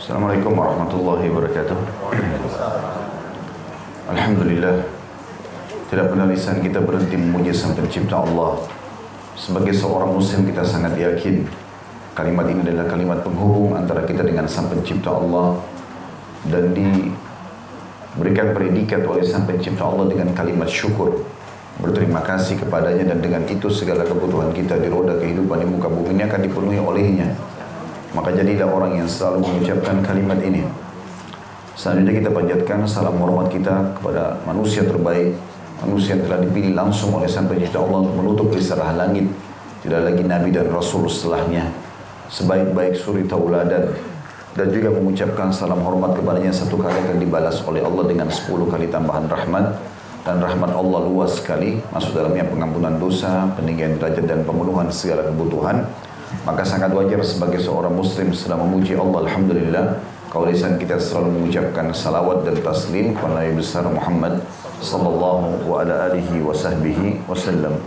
Assalamualaikum warahmatullahi wabarakatuh. Alhamdulillah, tidak pernah lisan kita berhenti memuji Sang Pencipta Allah. Sebagai seorang muslim kita sangat yakin kalimat ini adalah kalimat penghubung antara kita dengan Sang Pencipta Allah, dan diberikan predikat oleh Sang Pencipta Allah dengan kalimat syukur, berterima kasih kepadanya, dan dengan itu segala kebutuhan kita di roda kehidupan di muka bumi ini akan dipenuhi olehnya. Maka jadilah orang yang selalu mengucapkan kalimat ini. Selanjutnya kita panjatkan salam hormat kita kepada manusia terbaik, manusia yang telah dipilih langsung oleh Sang Pencipta Allah untuk menutup risalah langit. Tidak lagi Nabi dan Rasul setelahnya, sebaik-baik suri tauladan. Dan juga mengucapkan salam hormat kepadanya satu kali akan dibalas oleh Allah dengan 10 kali tambahan rahmat. Dan rahmat Allah luas sekali, masuk dalamnya pengampunan dosa, peninggian derajat dan pemenuhan segala kebutuhan. Maka sangat wajar sebagai seorang muslim setelah memuji Allah, alhamdulillah, kalau lisan kita selalu mengucapkan salawat dan taslim kepada Nabi besar Muhammad sallallahu alaihi wasallam.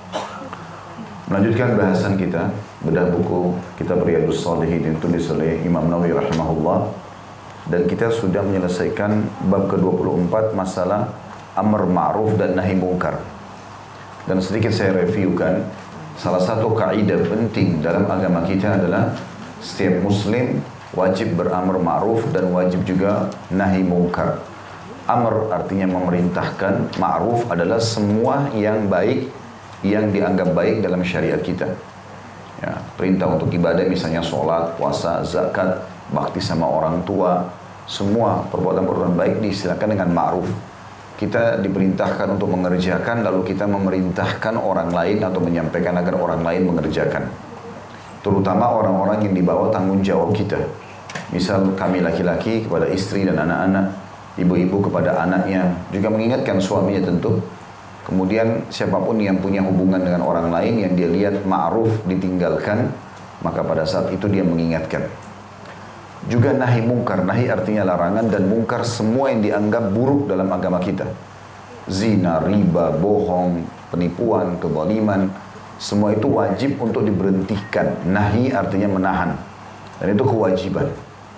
Melanjutkan bahasan kita, bedah buku kitab Riyadhus Shalihin yang ditulis oleh Imam Nawawi rahimahullah, dan kita sudah menyelesaikan bab ke-24 masalah amr ma'ruf dan nahi mungkar. Dan sedikit saya reviewkan, salah satu kaidah penting dalam agama kita adalah setiap muslim wajib beramr ma'ruf dan wajib juga nahi mungkar. Amr artinya memerintahkan, ma'ruf adalah semua yang baik, yang dianggap baik dalam syariat kita. Ya, perintah untuk ibadah misalnya sholat, puasa, zakat, bakti sama orang tua, semua perbuatan-perbuatan baik disilakan dengan ma'ruf. Kita diperintahkan untuk mengerjakan, lalu kita memerintahkan orang lain atau menyampaikan agar orang lain mengerjakan. Terutama orang-orang yang dibawa tanggung jawab kita. Misal kami laki-laki kepada istri dan anak-anak, ibu-ibu kepada anaknya, juga mengingatkan suaminya tentu. Kemudian siapapun yang punya hubungan dengan orang lain yang dia lihat ma'ruf ditinggalkan, maka pada saat itu dia mengingatkan. Juga nahi mungkar, nahi artinya larangan, dan mungkar semua yang dianggap buruk dalam agama kita. Zina, riba, bohong, penipuan, kezaliman, semua itu wajib untuk diberhentikan. Nahi artinya menahan, dan itu kewajiban.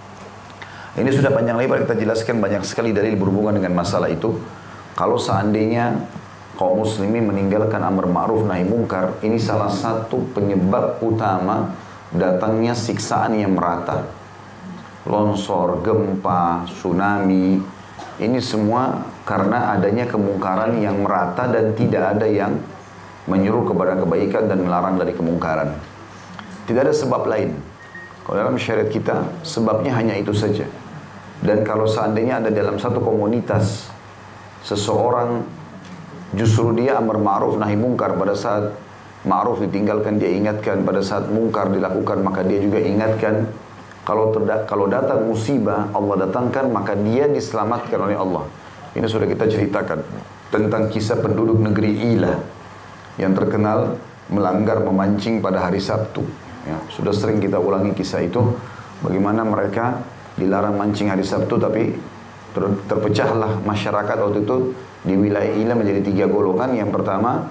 Ini sudah panjang lebar kita jelaskan, banyak sekali dalil berhubungan dengan masalah itu. Kalau seandainya kaum muslimin meninggalkan amar ma'ruf nahi mungkar, ini salah satu penyebab utama datangnya siksaan yang merata. Longsor, gempa, tsunami, ini semua karena adanya kemungkaran yang merata dan tidak ada yang menyuruh kepada kebaikan dan melarang dari kemungkaran. Tidak ada sebab lain. Kalau dalam syariat kita, sebabnya hanya itu saja. Dan kalau seandainya ada dalam satu komunitas, seseorang justru dia amar ma'ruf nahi mungkar, pada saat ma'ruf ditinggalkan dia ingatkan, pada saat mungkar dilakukan maka dia juga ingatkan. Kalau datang musibah Allah datangkan, maka dia diselamatkan oleh Allah. Ini sudah kita ceritakan tentang kisah penduduk negeri Ilah yang terkenal melanggar memancing pada hari Sabtu. Ya, sudah sering kita ulangi kisah itu, bagaimana mereka dilarang mancing hari Sabtu, tapi terpecahlah masyarakat waktu itu di wilayah Ilah menjadi 3 golongan. Yang pertama,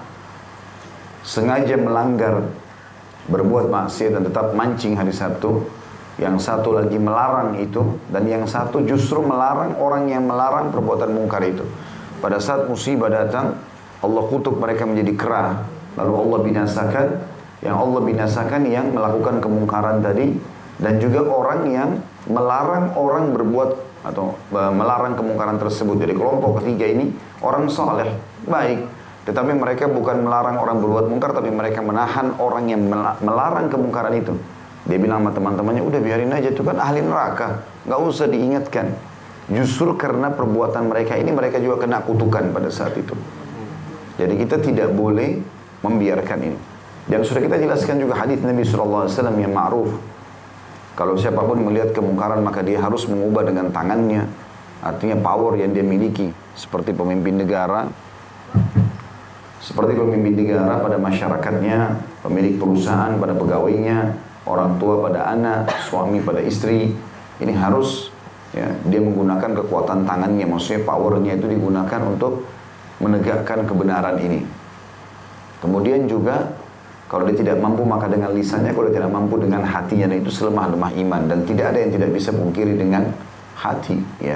sengaja melanggar, berbuat maksiat dan tetap mancing hari Sabtu. Yang satu lagi melarang itu, dan yang satu justru melarang orang yang melarang perbuatan mungkar itu. Pada saat musibah datang, Allah kutuk mereka menjadi kera, lalu Allah binasakan. Yang Allah binasakan yang melakukan kemungkaran tadi, dan juga orang yang melarang orang berbuat atau melarang kemungkaran tersebut. Jadi kelompok ketiga ini orang saleh, baik, tetapi mereka bukan melarang orang berbuat mungkar, tapi mereka menahan orang yang melarang kemungkaran itu. Dia bilang sama teman-temannya, udah biarin aja, itu kan ahli neraka, nggak usah diingatkan. Justru karena perbuatan mereka ini, mereka juga kena kutukan pada saat itu. Jadi kita tidak boleh membiarkan ini. Dan sudah kita jelaskan juga hadis Nabi SAW yang ma'ruf. Kalau siapapun melihat kemungkaran, maka dia harus mengubah dengan tangannya. Artinya power yang dia miliki. Seperti pemimpin negara. Seperti pemimpin negara pada masyarakatnya, pemilik perusahaan pada pegawainya, orang tua pada anak, suami pada istri. Ini harus ya, dia menggunakan kekuatan tangannya, maksudnya powernya itu digunakan untuk menegakkan kebenaran ini. Kemudian juga Kalau dia tidak mampu maka dengan lisannya, kalau dia tidak mampu dengan hatinya, dan itu selemah-lemah iman, dan tidak ada yang tidak bisa pungkiri dengan hati, ya.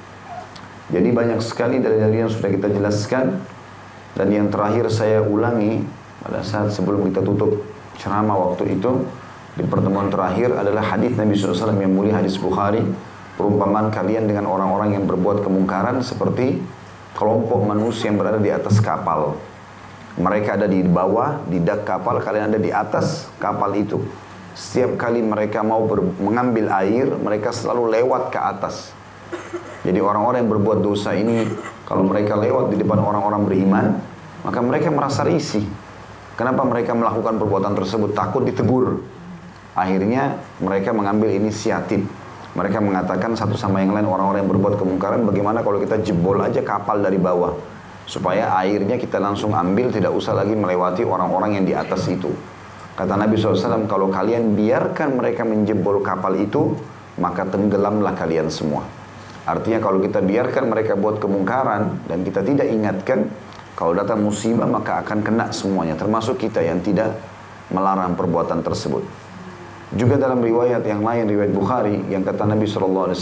Jadi banyak sekali dari yang sudah kita jelaskan, dan yang terakhir saya ulangi pada saat sebelum kita tutup ceramah waktu itu di pertemuan terakhir adalah hadis Nabi SAW yang mulia, hadis Bukhari, perumpamaan kalian dengan orang-orang yang berbuat kemungkaran seperti kelompok manusia yang berada di atas kapal. Mereka ada di bawah, di dak kapal, kalian ada di atas kapal itu. Setiap kali mereka mau mengambil air, mereka selalu lewat ke atas. Jadi orang-orang yang berbuat dosa ini, kalau mereka lewat di depan orang-orang beriman, maka mereka merasa risih. Kenapa mereka melakukan perbuatan tersebut? Takut ditegur. Akhirnya mereka mengambil inisiatif. Mereka mengatakan satu sama yang lain, orang-orang yang berbuat kemungkaran, bagaimana kalau kita jebol aja kapal dari bawah, supaya airnya kita langsung ambil, tidak usah lagi melewati orang-orang yang di atas itu. Kata Nabi SAW, kalau kalian biarkan mereka menjebol kapal itu, maka tenggelamlah kalian semua. Artinya kalau kita biarkan mereka buat kemungkaran, dan kita tidak ingatkan, kalau datang musibah maka akan kena semuanya, termasuk kita yang tidak melarang perbuatan tersebut. Juga dalam riwayat yang lain, riwayat Bukhari, yang kata Nabi SAW,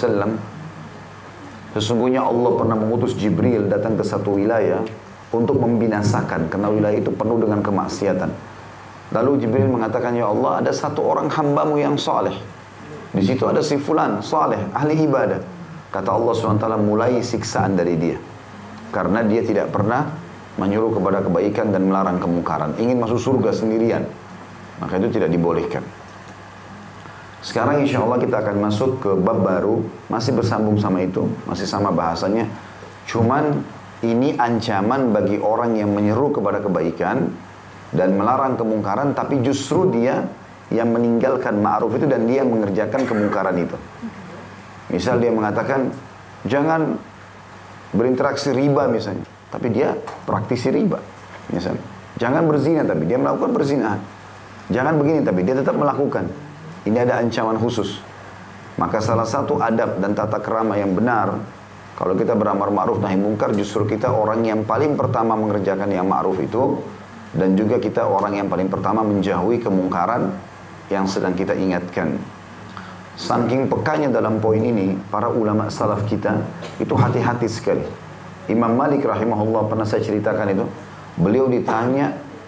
sesungguhnya Allah pernah mengutus Jibril datang ke satu wilayah untuk membinasakan, karena wilayah itu penuh dengan kemaksiatan. Lalu Jibril mengatakan, ya Allah, ada satu orang hambamu yang saleh. Di situ ada si fulan, saleh, ahli ibadah. Kata Allah SWT, mulai siksaan dari dia. Karena dia tidak pernah menyuruh kepada kebaikan dan melarang kemungkaran. Ingin masuk surga sendirian. Maka itu tidak dibolehkan. Sekarang insya Allah kita akan masuk ke bab baru, masih bersambung sama itu, masih sama bahasanya. Cuman ini ancaman bagi orang yang menyeru kepada kebaikan dan melarang kemungkaran, tapi justru dia yang meninggalkan ma'ruf itu dan dia mengerjakan kemungkaran itu. Misal dia mengatakan, jangan berinteraksi riba misalnya, tapi dia praktisi riba. Misalnya, jangan berzina, tapi dia melakukan perzinahan. Jangan begini, tapi dia tetap melakukan. Ini ada ancaman khusus. Maka salah satu adab dan tata krama yang benar, kalau kita beramar ma'ruf nahi mungkar, justru kita orang yang paling pertama mengerjakan yang ma'ruf itu, dan juga kita orang yang paling pertama menjauhi kemungkaran yang sedang kita ingatkan. Saking pekanya dalam poin ini, para ulama salaf kita itu hati-hati sekali. Imam Malik rahimahullah, pernah saya ceritakan itu, beliau ditanya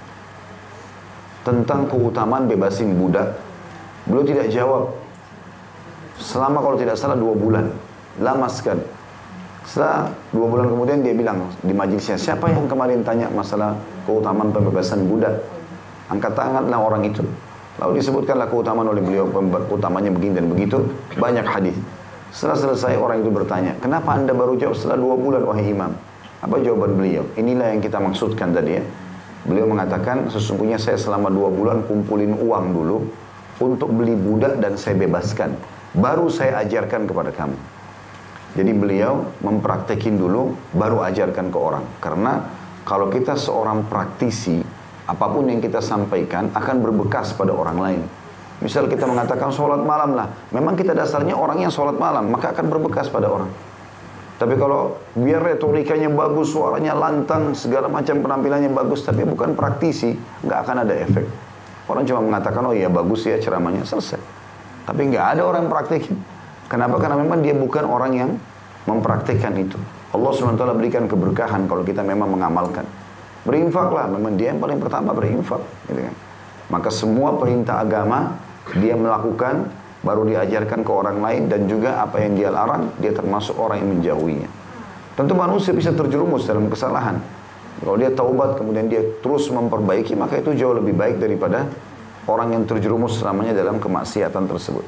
tentang keutamaan bebasin budak. Beliau tidak jawab selama kalau tidak salah 2 bulan. Lama sekali. Setelah 2 bulan kemudian dia bilang di majelisnya, siapa yang kemarin tanya masalah keutamaan pembebasan budak? Angkat tanganlah orang itu. Lalu disebutkanlah keutamaan oleh beliau, utamanya begini dan begitu. Banyak hadis. Setelah selesai orang itu bertanya, kenapa anda baru jawab setelah 2 bulan wahai imam? Apa jawaban beliau? Inilah yang kita maksudkan tadi ya. Beliau mengatakan, sesungguhnya saya selama 2 bulan kumpulin uang dulu untuk beli budak dan saya bebaskan. Baru saya ajarkan kepada kamu. Jadi beliau mempraktekin dulu, baru ajarkan ke orang. Karena kalau kita seorang praktisi, apapun yang kita sampaikan akan berbekas pada orang lain. Misal kita mengatakan sholat malam lah. Memang kita dasarnya orang yang sholat malam, maka akan berbekas pada orang. Tapi kalau biar retorikanya bagus, suaranya lantang, segala macam penampilannya bagus, tapi bukan praktisi, nggak akan ada efek. Orang cuma mengatakan, oh iya bagus ya ceramahnya, selesai. Tapi nggak ada orang praktekin. Kenapa? Karena memang dia bukan orang yang mempraktekkan itu. Allah SWT berikan keberkahan kalau kita memang mengamalkan. Berinfaklah, memang dia yang paling pertama berinfak. Gitu kan. Maka semua perintah agama, dia melakukan, baru diajarkan ke orang lain, dan juga apa yang dia larang, dia termasuk orang yang menjauhinya. Tentu manusia bisa terjerumus dalam kesalahan. Kalau dia taubat kemudian dia terus memperbaiki, maka itu jauh lebih baik daripada orang yang terjerumus selamanya dalam kemaksiatan tersebut.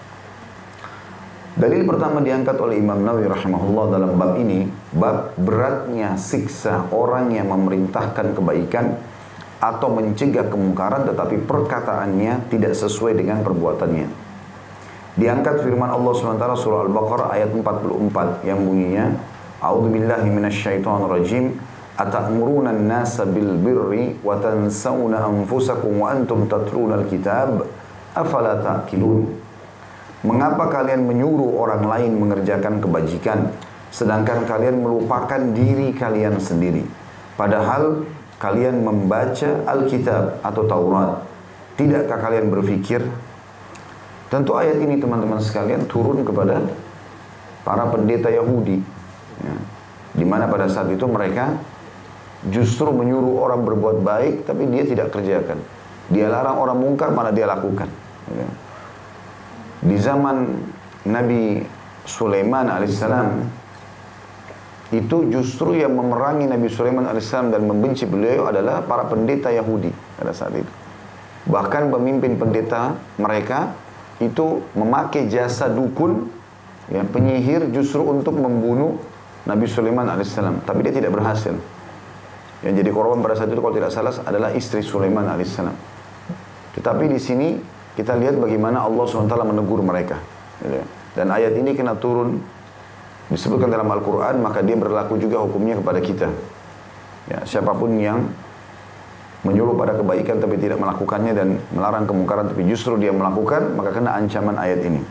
Dalil pertama diangkat oleh Imam Nawawi rahimahullah dalam bab ini, bab beratnya siksa orang yang memerintahkan kebaikan atau mencegah kemungkaran tetapi perkataannya tidak sesuai dengan perbuatannya. Diangkat firman Allah SWT surah Al-Baqarah ayat 44 yang bunyinya, A'udzubillahi minasyaitonirrajim, Ata'muruna an-nasa bil birri wa tansawna anfusakum wa antum tatluna al-kitab afala ta'qilun. Mengapa kalian menyuruh orang lain mengerjakan kebajikan sedangkan kalian melupakan diri kalian sendiri, padahal kalian membaca Alkitab atau Taurat? Tidakkah kalian berpikir? Tentu ayat ini teman-teman sekalian turun kepada para pendeta Yahudi, ya, di mana pada saat itu mereka justru menyuruh orang berbuat baik, tapi dia tidak kerjakan. Dia larang orang mungkar, malah dia lakukan. Ya. Di zaman Nabi Sulaiman alaihissalam, itu justru yang memerangi Nabi Sulaiman alaihissalam dan membenci beliau adalah para pendeta Yahudi pada saat itu. Bahkan pemimpin pendeta mereka itu memakai jasa dukun, ya, penyihir justru untuk membunuh Nabi Sulaiman alaihissalam, tapi dia tidak berhasil. Yang jadi korban pada saat itu kalau tidak salah adalah istri Sulaiman alaihissalam. Tetapi di sini kita lihat bagaimana Allah SWT menegur mereka. Dan ayat ini kena turun disebutkan dalam Al-Quran, maka dia berlaku juga hukumnya kepada kita. Ya, siapapun yang menyuruh pada kebaikan tapi tidak melakukannya dan melarang kemungkaran tapi justru dia melakukan, maka kena ancaman ayat ini.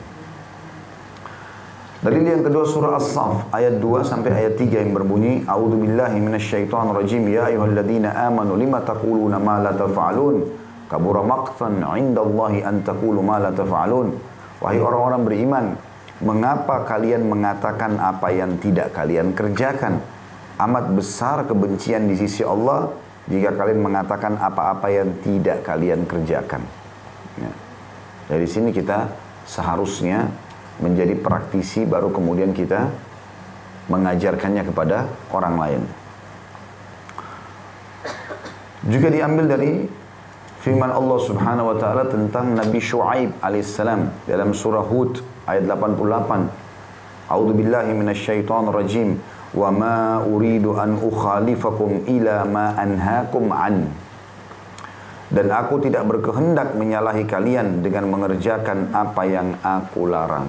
Dalil yang kedua surah As-Saff ayat 2 sampai ayat 3 yang berbunyi, A'udzubillahi minasyaitonirrajim, ya ayyuhalladzina amanu lima taquluna ma la taf'alun, kabura maqtan 'indallahi an taqulu ma la taf'alun. Wahai orang-orang beriman, mengapa kalian mengatakan apa yang tidak kalian kerjakan? Amat besar kebencian di sisi Allah jika kalian mengatakan apa-apa yang tidak kalian kerjakan. Ya. Dari sini kita seharusnya menjadi praktisi, baru kemudian kita mengajarkannya kepada orang lain. Juga diambil dari firman Allah Subhanahu wa taala tentang Nabi Syuaib alaihissalam dalam surah Hud ayat 88. A'udzubillahi minasyaitonirrajim. Wa ma uridu an ukhalifakum ila ma anhaakum an. Dan aku tidak berkehendak menyalahi kalian dengan mengerjakan apa yang aku larang.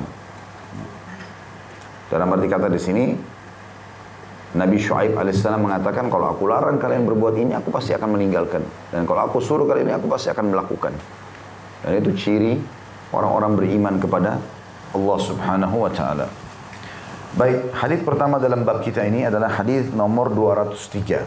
Dalam arti kata di sini Nabi Syuaib alaihissalam mengatakan, kalau aku larang kalian berbuat ini, aku pasti akan meninggalkan. Dan kalau aku suruh kalian ini, aku pasti akan melakukan. Dan itu ciri orang-orang beriman kepada Allah Subhanahu wa taala. Baik, hadis pertama dalam bab kita ini adalah hadis nomor 203.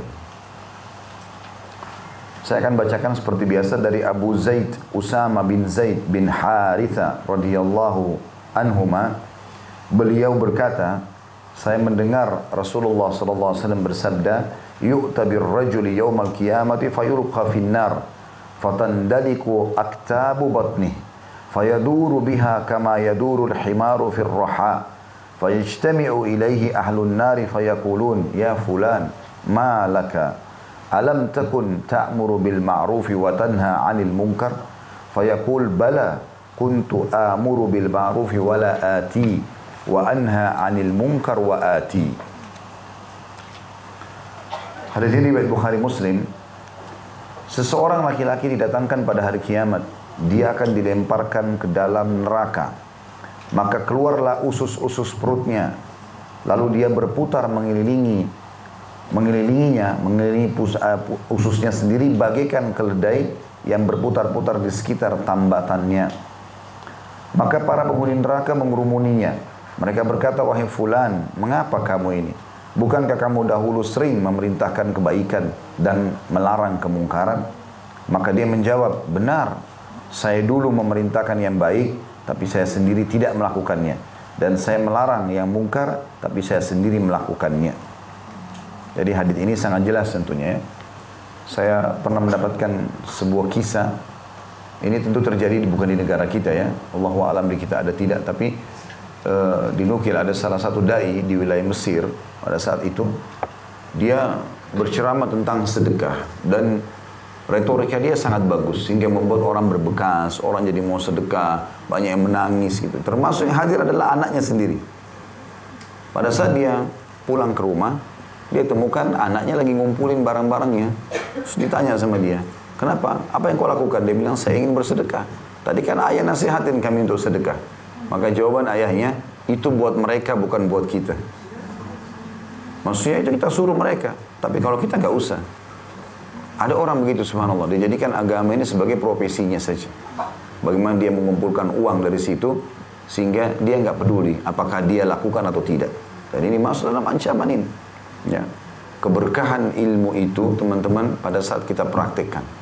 Saya akan bacakan seperti biasa dari Abu Zaid Usama bin Zaid bin Haritha radhiyallahu anhuma. Beliau berkata, saya mendengar Rasulullah sallallahu alaihi wasallam bersabda, "Yu'ta bir-rajuli yaumal qiyamati fayulqa fin-nar, fatandaliku aktabu batnih, fayaduru biha kama yaduru al-himaru fir-raha." فيجتمع إليه أهل النار فيقولون يا فلان ما لك ألم تكن تأمر بالمعروف وتنهى عن المنكر فيقول بلى كنت آمر بالمعروف ولا آتي وأنهى عن المنكر وآتي. Hadis ini riwayat Bukhari Muslim. Seseorang laki-laki didatangkan pada hari kiamat, dia akan dilemparkan ke dalam neraka. Maka keluarlah usus-usus perutnya. Lalu dia berputar mengelilingi ususnya sendiri bagaikan keledai yang berputar-putar di sekitar tambatannya. Maka para penghuni neraka mengerumuninya. Mereka berkata, wahai fulan, mengapa kamu ini? Bukankah kamu dahulu sering memerintahkan kebaikan dan melarang kemungkaran? Maka dia menjawab, benar, saya dulu memerintahkan yang baik, tapi saya sendiri tidak melakukannya. Dan saya melarang yang mungkar, tapi saya sendiri melakukannya. Jadi hadis ini sangat jelas tentunya. Saya pernah mendapatkan sebuah kisah. Ini tentu terjadi bukan di negara kita ya. Allahu a'lam di kita ada tidak. Tapi dinukil ada salah satu dai di wilayah Mesir. Pada saat itu dia berceramah tentang sedekah. Dan retorika dia sangat bagus sehingga membuat orang berbekas, orang jadi mau sedekah, banyak yang menangis gitu. Termasuk yang hadir adalah anaknya sendiri. Pada saat dia pulang ke rumah, dia temukan anaknya lagi ngumpulin barang-barangnya. Terus ditanya sama dia, kenapa? Apa yang kau lakukan? Dia bilang, saya ingin bersedekah. Tadi kan ayah nasihatin kami untuk sedekah. Maka jawaban ayahnya, itu buat mereka bukan buat kita. Maksudnya itu kita suruh mereka, tapi kalau kita nggak usah. Ada orang begitu subhanallah, dia jadikan agama ini sebagai profesinya saja. Bagaimana dia mengumpulkan uang dari situ, sehingga dia nggak peduli apakah dia lakukan atau tidak. Dan ini masuk dalam ancaman ini. Ya. Keberkahan ilmu itu teman-teman pada saat kita praktekkan.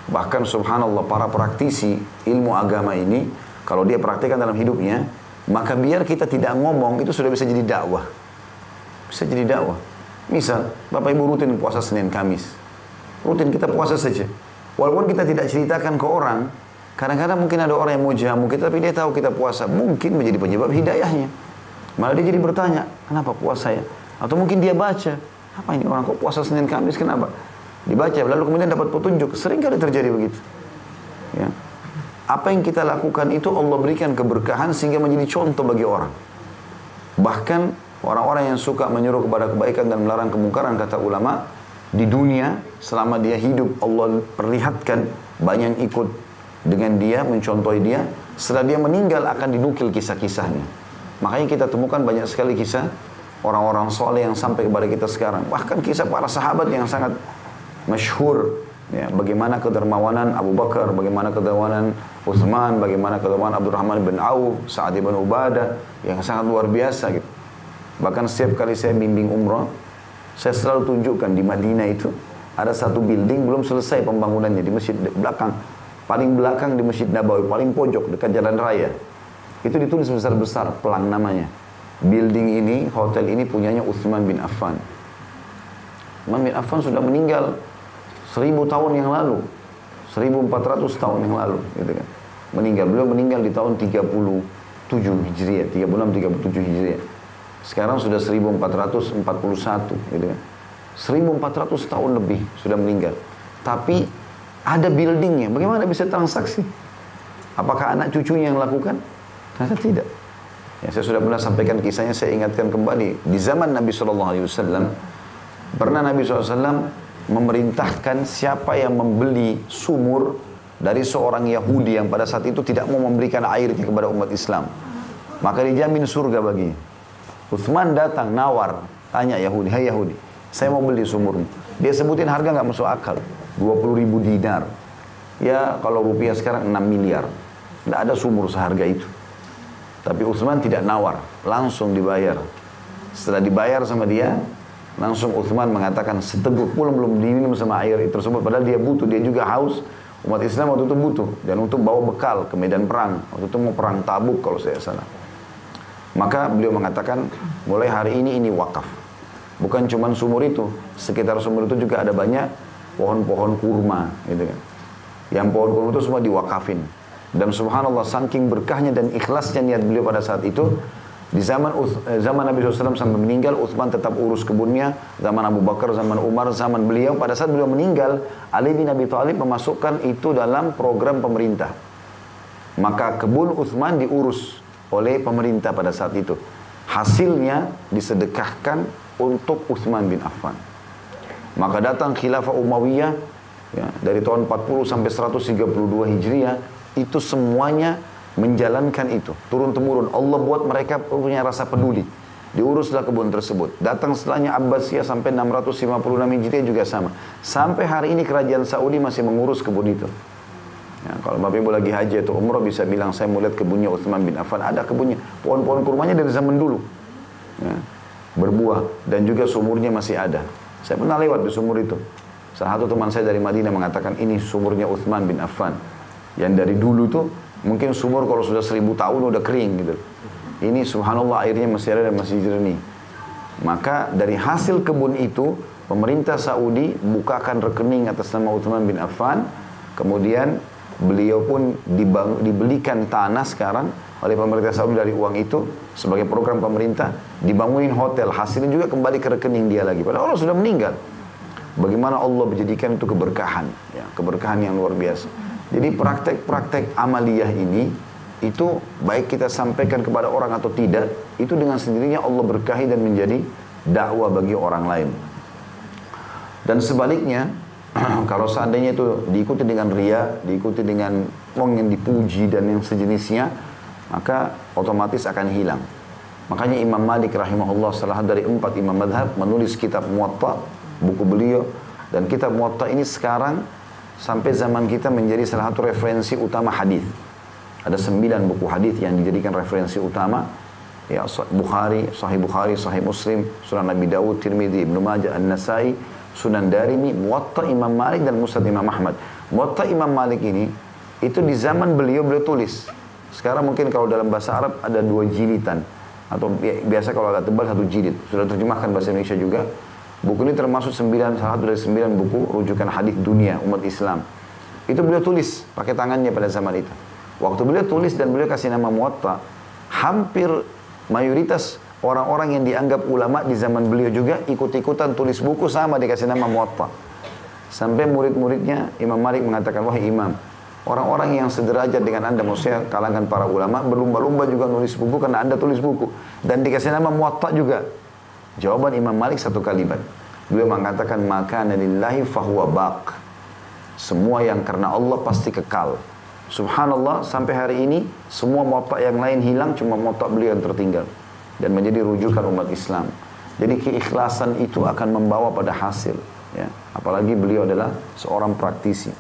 Bahkan subhanallah para praktisi ilmu agama ini, kalau dia praktikkan dalam hidupnya, maka biar kita tidak ngomong, itu sudah bisa jadi dakwah. Bisa jadi dakwah. Misal, Bapak Ibu rutin puasa Senin Kamis. Rutin kita puasa saja. Walaupun kita tidak ceritakan ke orang, kadang-kadang mungkin ada orang yang mau jamu kita, tapi dia tahu kita puasa. Mungkin menjadi penyebab hidayahnya. Malah dia jadi bertanya, kenapa puasa ya? Atau mungkin dia baca, apa ini orang kok puasa Senin Kamis, kenapa? Dibaca, lalu kemudian dapat petunjuk. Sering kali terjadi begitu. Ya. Apa yang kita lakukan itu Allah berikan keberkahan sehingga menjadi contoh bagi orang. Bahkan orang-orang yang suka menyuruh kepada kebaikan dan melarang kemungkaran, kata ulama, di dunia selama dia hidup Allah perlihatkan banyak yang ikut dengan dia, mencontohi dia. Setelah dia meninggal akan dinukil kisah-kisahnya. Makanya kita temukan banyak sekali kisah orang-orang soleh yang sampai kepada kita sekarang. Bahkan kisah para sahabat yang sangat masyhur, ya, bagaimana kedermawanan Abu Bakar, bagaimana kedermawanan Utsman, bagaimana kedermawanan Abdurrahman bin Auf, Sa'ad bin Ubadah, yang sangat luar biasa gitu. Bahkan setiap kali saya bimbing umrah, saya selalu tunjukkan di Madinah itu ada satu building belum selesai pembangunannya di masjid belakang, paling belakang di Masjid Nabawi, paling pojok dekat jalan raya. Itu ditulis besar-besar pelang namanya. Building ini, hotel ini punyanya Utsman bin Affan. Utsman bin Affan sudah meninggal 1000 tahun yang lalu, 1400 tahun yang lalu, gitu kan. Beliau meninggal di tahun 37 Hijriah, 36-37 Hijriah. Sekarang sudah 1441, gitu kan. 1400 tahun lebih sudah meninggal. Tapi ada buildingnya, bagaimana bisa transaksi? Apakah anak cucunya yang lakukan? Ternyata tidak. Ya, saya sudah pernah sampaikan kisahnya, saya ingatkan kembali. Di zaman Nabi SAW, pernah Nabi SAW memerintahkan siapa yang membeli sumur dari seorang Yahudi yang pada saat itu tidak mau memberikan airnya kepada umat Islam, maka dijamin surga baginya. Utsman datang nawar, tanya Yahudi, hai Yahudi, saya mau beli sumurmu. Dia sebutin harga nggak masuk akal, 20.000 dinar. Ya kalau rupiah sekarang 6 miliar. Nggak ada sumur seharga itu. Tapi Utsman tidak nawar, langsung dibayar. Setelah dibayar sama dia, langsung Utsman mengatakan seteguk pun belum diminum sama air tersebut, padahal dia butuh, dia juga haus. Umat Islam waktu itu butuh, dan untuk bawa bekal ke medan perang. Waktu itu mau perang Tabuk kalau saya salah. Maka beliau mengatakan, mulai hari ini wakaf. Bukan cuma sumur itu, sekitar sumur itu juga ada banyak pohon-pohon kurma, gitu kan. Yang pohon kurma itu semua diwakafin. Dan subhanallah, saking berkahnya dan ikhlasnya niat beliau pada saat itu, di zaman Nabi SAW sampai meninggal, Utsman tetap urus kebunnya. Zaman Abu Bakar, zaman Umar, zaman beliau, pada saat beliau meninggal, Ali bin Abi Thalib memasukkan itu dalam program pemerintah. Maka kebun Utsman diurus oleh pemerintah pada saat itu. Hasilnya disedekahkan untuk Utsman bin Affan. Maka datang khilafah Umayyah, ya, dari tahun 40 sampai 132 Hijriah, itu semuanya menjalankan itu, turun-temurun. Allah buat mereka punya rasa peduli. Diuruslah kebun tersebut. Datang setelahnya Abbasiyah sampai 656 Hijriah juga sama. Sampai hari ini kerajaan Saudi masih mengurus kebun itu. Ya, kalau Bapak Ibu lagi haji atau umrah bisa bilang, saya mau lihat kebunnya Utsman bin Affan. Ada kebunnya, pohon-pohon kurmanya dari zaman dulu. Ya, berbuah dan juga sumurnya masih ada. Saya pernah lewat di sumur itu. Salah satu teman saya dari Madinah mengatakan, ini sumurnya Utsman bin Affan. Yang dari dulu tuh, mungkin sumur kalau sudah 1000 tahun udah kering gitu. Ini subhanallah airnya masih ada dan masih jernih. Maka dari hasil kebun itu, pemerintah Saudi bukakan rekening atas nama Utsman bin Affan. Kemudian beliau pun dibelikan tanah sekarang oleh pemerintah Saudi dari uang itu sebagai program pemerintah. Dibangunin hotel, hasilnya juga kembali ke rekening dia lagi. Padahal Allah sudah meninggal. Bagaimana Allah menjadikan itu keberkahan, ya, keberkahan yang luar biasa. Jadi praktek-praktek amaliyah ini, itu baik kita sampaikan kepada orang atau tidak, itu dengan sendirinya Allah berkahi dan menjadi dakwah bagi orang lain. Dan sebaliknya, kalau seandainya itu diikuti dengan riya, diikuti dengan orang yang dipuji dan yang sejenisnya, maka otomatis akan hilang. Makanya Imam Malik rahimahullah, salah dari 4 imam madhab, menulis kitab Muwatta, buku beliau. Dan kitab Muwatta ini sekarang sampai zaman kita menjadi salah satu referensi utama hadis. Ada 9 buku hadis yang dijadikan referensi utama. Ya, Sahih Bukhari, Sahih Muslim, Sunan Nabi Dawud, Tirmidzi, Ibnu Majah, An-Nasai, Sunan Darimi, Muwatta Imam Malik dan Musnad Imam Ahmad. Muwatta Imam Malik ini itu di zaman beliau tulis. Sekarang mungkin kalau dalam bahasa Arab ada 2 jilidan atau biasa kalau agak tebal 1 jilid. Sudah terjemahkan bahasa Indonesia juga. Buku ini termasuk salah satu dari 9 buku rujukan hadis dunia umat Islam. Itu beliau tulis pakai tangannya pada zaman itu. Waktu beliau tulis dan beliau kasih nama Muwatta, hampir mayoritas orang-orang yang dianggap ulama di zaman beliau juga ikut-ikutan tulis buku sama dikasih nama Muwatta. Sampai murid-muridnya Imam Malik mengatakan, wahai Imam, orang-orang yang sederajat dengan anda, maksudnya kalangan para ulama, berlumba-lumba juga nulis buku karena anda tulis buku. Dan dikasih nama Muwatta juga. Jawaban Imam Malik 1 kalimat. Beliau mengatakan, maka lillahi fahuwa baq. Semua yang karena Allah pasti kekal. Subhanallah, sampai hari ini semua Muwatta yang lain hilang, cuma Muwatta beliau yang tertinggal dan menjadi rujukan umat Islam. Jadi keikhlasan itu akan membawa pada hasil, ya. Apalagi beliau adalah seorang praktisi.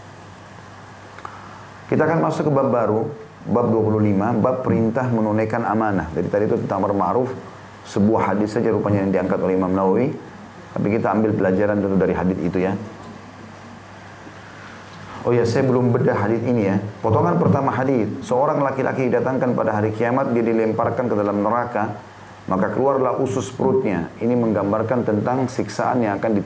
Kita akan masuk ke bab baru, bab 25, bab perintah menunaikan amanah. Jadi tadi itu tentang amar ma'ruf, sebuah hadis saja rupanya yang diangkat oleh Imam Nawawi, tapi kita ambil pelajaran dulu dari hadis itu, ya. Oh ya, saya belum bedah hadis ini, ya. Potongan pertama hadis, seorang laki-laki didatangkan pada hari kiamat, dia dilemparkan ke dalam neraka, maka keluarlah usus perutnya. Ini menggambarkan tentang siksaan yang akan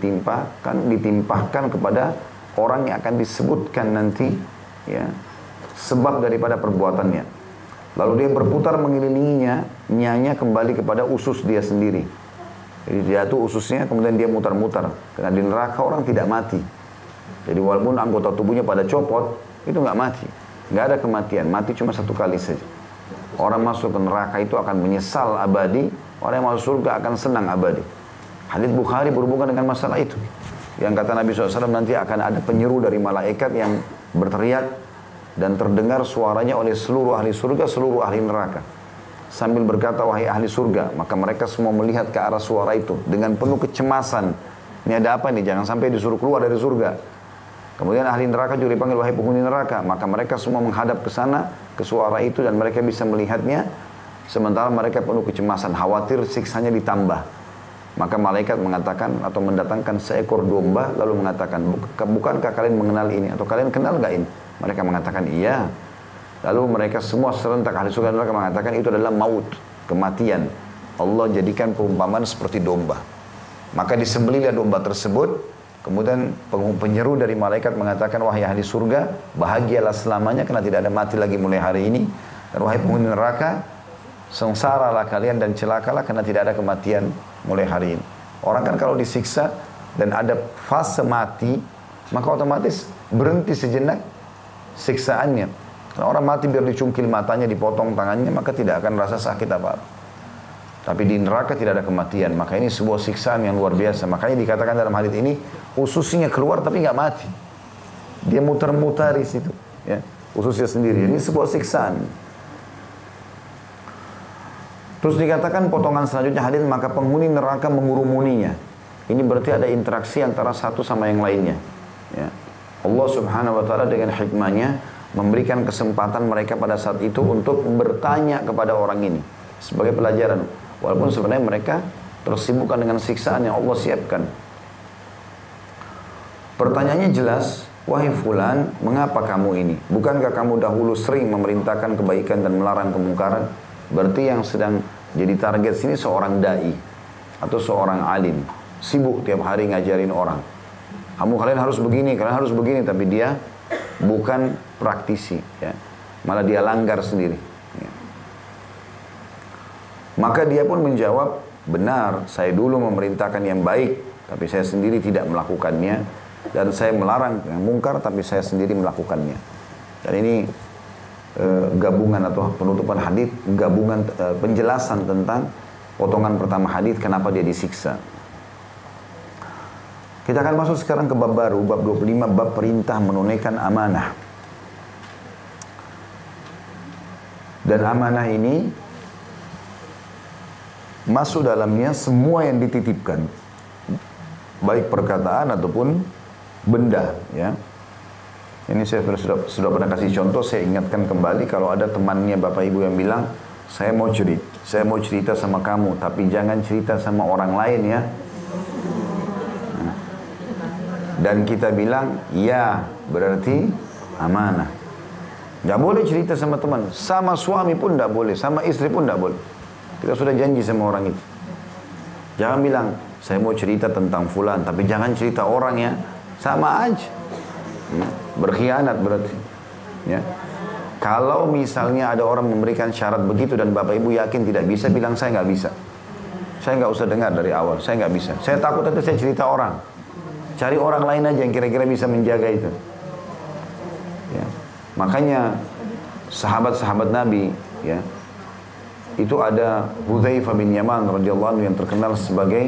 ditimpahkan kepada orang yang akan disebutkan nanti, ya, sebab daripada perbuatannya. Lalu dia berputar mengelilinginya, nyanya kembali kepada usus dia sendiri. Jadi dia tuh ususnya, kemudian dia mutar-mutar. Karena di neraka orang tidak mati. Jadi walaupun anggota tubuhnya pada copot, itu nggak mati. Nggak ada kematian, mati cuma 1 kali saja. Orang masuk ke neraka itu akan menyesal abadi, orang yang masuk surga akan senang abadi. Hadits Bukhari berhubungan dengan masalah itu. Yang kata Nabi SAW, nanti akan ada penyeru dari malaikat yang berteriak dan terdengar suaranya oleh seluruh ahli surga, seluruh ahli neraka. Sambil berkata, wahai ahli surga, maka mereka semua melihat ke arah suara itu dengan penuh kecemasan. Ini ada apa nih? Jangan sampai disuruh keluar dari surga. Kemudian ahli neraka juga dipanggil, wahai penghuni neraka. Maka mereka semua menghadap ke sana, ke suara itu, dan mereka bisa melihatnya. Sementara mereka penuh kecemasan, khawatir siksanya ditambah. Maka malaikat mengatakan atau mendatangkan seekor domba, lalu mengatakan, bukankah kalian mengenal ini? Atau kalian kenal gak ini? Mereka mengatakan, iya. Lalu mereka semua serentak, ahli surga dan neraka mengatakan, itu adalah maut, kematian. Allah jadikan perumpamaan seperti domba. Maka disembelihlah domba tersebut. Kemudian penyeru dari malaikat mengatakan, wahai ahli surga, bahagialah selamanya karena tidak ada mati lagi mulai hari ini. Dan wahai penghuni neraka, sengsaralah kalian dan celakalah karena tidak ada kematian mulai hari ini. Orang kan kalau disiksa dan ada fase mati, maka otomatis berhenti sejenak siksaannya. Kalau orang mati biar dicungkil matanya, dipotong tangannya, maka tidak akan rasa sakit apa-apa. Tapi di neraka tidak ada kematian, maka ini sebuah siksaan yang luar biasa. Makanya dikatakan dalam hadits ini, ususnya keluar tapi nggak mati. Dia muter-muter di situ, ya, ususnya sendiri. Ini sebuah siksaan. Terus dikatakan potongan selanjutnya hadits, maka penghuni neraka mengurumuninya. Ini berarti ada interaksi antara satu sama yang lainnya. Ya. Allah Subhanahu Wa Taala dengan hikmahnya memberikan kesempatan mereka pada saat itu untuk bertanya kepada orang ini sebagai pelajaran. Walaupun sebenarnya mereka tersibukkan dengan siksaan yang Allah siapkan. Pertanyaannya jelas, wahai fulan, mengapa kamu ini? Bukankah kamu dahulu sering memerintahkan kebaikan dan melarang kemungkaran? Berarti yang sedang jadi target sini seorang dai atau seorang alim, sibuk tiap hari ngajarin orang. Kalian harus begini, kalian harus begini, tapi dia bukan praktisi, ya. Malah dia langgar sendiri. Ya. Maka dia pun menjawab, benar, saya dulu memerintahkan yang baik, tapi saya sendiri tidak melakukannya, dan saya melarang yang mungkar, tapi saya sendiri melakukannya. Dan ini gabungan atau penutupan hadis, gabungan penjelasan tentang potongan pertama hadis kenapa dia disiksa. Kita akan masuk sekarang ke bab baru, bab 25, bab perintah menunaikan amanah. Dan amanah ini masuk dalamnya semua yang dititipkan, baik perkataan ataupun benda, ya. Ini saya sudah pernah kasih contoh, saya ingatkan kembali kalau ada temannya Bapak Ibu yang bilang, saya mau cerita sama kamu, tapi jangan cerita sama orang lain, ya. Nah, dan kita bilang ya, berarti amanah. Nggak boleh cerita sama teman, sama suami pun nggak boleh, sama istri pun nggak boleh. Kita sudah janji sama orang itu. Jangan bilang saya mau cerita tentang fulan, tapi jangan cerita orang ya, sama aja. Berkhianat berarti. Ya. Kalau misalnya ada orang memberikan syarat begitu dan bapak ibu yakin tidak bisa, bilang saya nggak bisa. Saya nggak usah dengar dari awal, saya nggak bisa. Saya takut nanti saya cerita orang. Cari orang lain aja yang kira-kira bisa menjaga itu. Ya. Makanya sahabat-sahabat Nabi, ya, itu ada Hudzaifah bin Yaman radhiyallahu anhu yang terkenal sebagai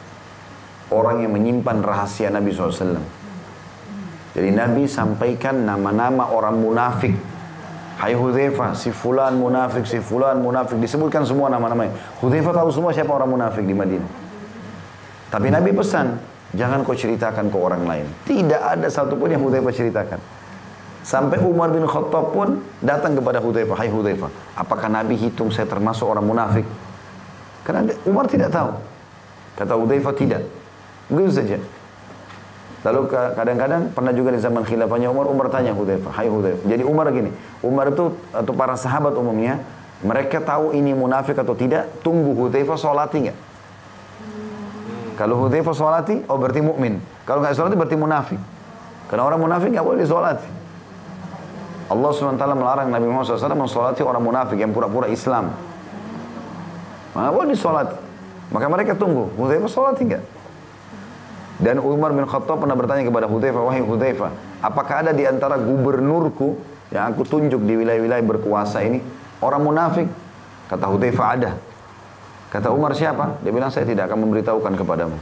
orang yang menyimpan rahasia Nabi SAW. Jadi Nabi sampaikan nama-nama orang munafik. Hai Hudzaifah, si fulan munafik, si fulan munafik. Disebutkan semua nama-namanya. Hudzaifah tahu semua siapa orang munafik di Madinah. Tapi Nabi pesan, jangan kau ceritakan ke orang lain. Tidak ada satupun yang Hudzaifah ceritakan. Sampai Umar bin Khattab pun datang kepada Hudzaifah. Hai Hudzaifah, apakah Nabi hitung saya termasuk orang munafik? Karena Umar tidak tahu. Kata Hudzaifah tidak. Begitu saja. Lalu kadang-kadang pernah juga di zaman khilafahnya Umar tanya Hudzaifah, hai Hudzaifah. Jadi Umar gini, Umar itu atau para sahabat umumnya, mereka tahu ini munafik atau tidak, tunggu Hudzaifah sholati nggak. Kalau Hudzaifah sholati, oh berarti mukmin. Kalau nggak sholati berarti munafik. Karena orang munafik nggak boleh disolati. Allah SWT melarang Nabi Muhammad SAW mensolati orang munafik yang pura-pura Islam. Mana boleh disolati. Maka mereka tunggu, Hudzaifah sholati nggak? Dan Umar bin Khattab pernah bertanya kepada Hudzaifah, wahai Hudzaifah, apakah ada di antara gubernurku yang aku tunjuk di wilayah-wilayah berkuasa ini orang munafik? Kata Hudzaifah ada. Kata Umar siapa? Dia bilang saya tidak akan memberitahukan kepadamu.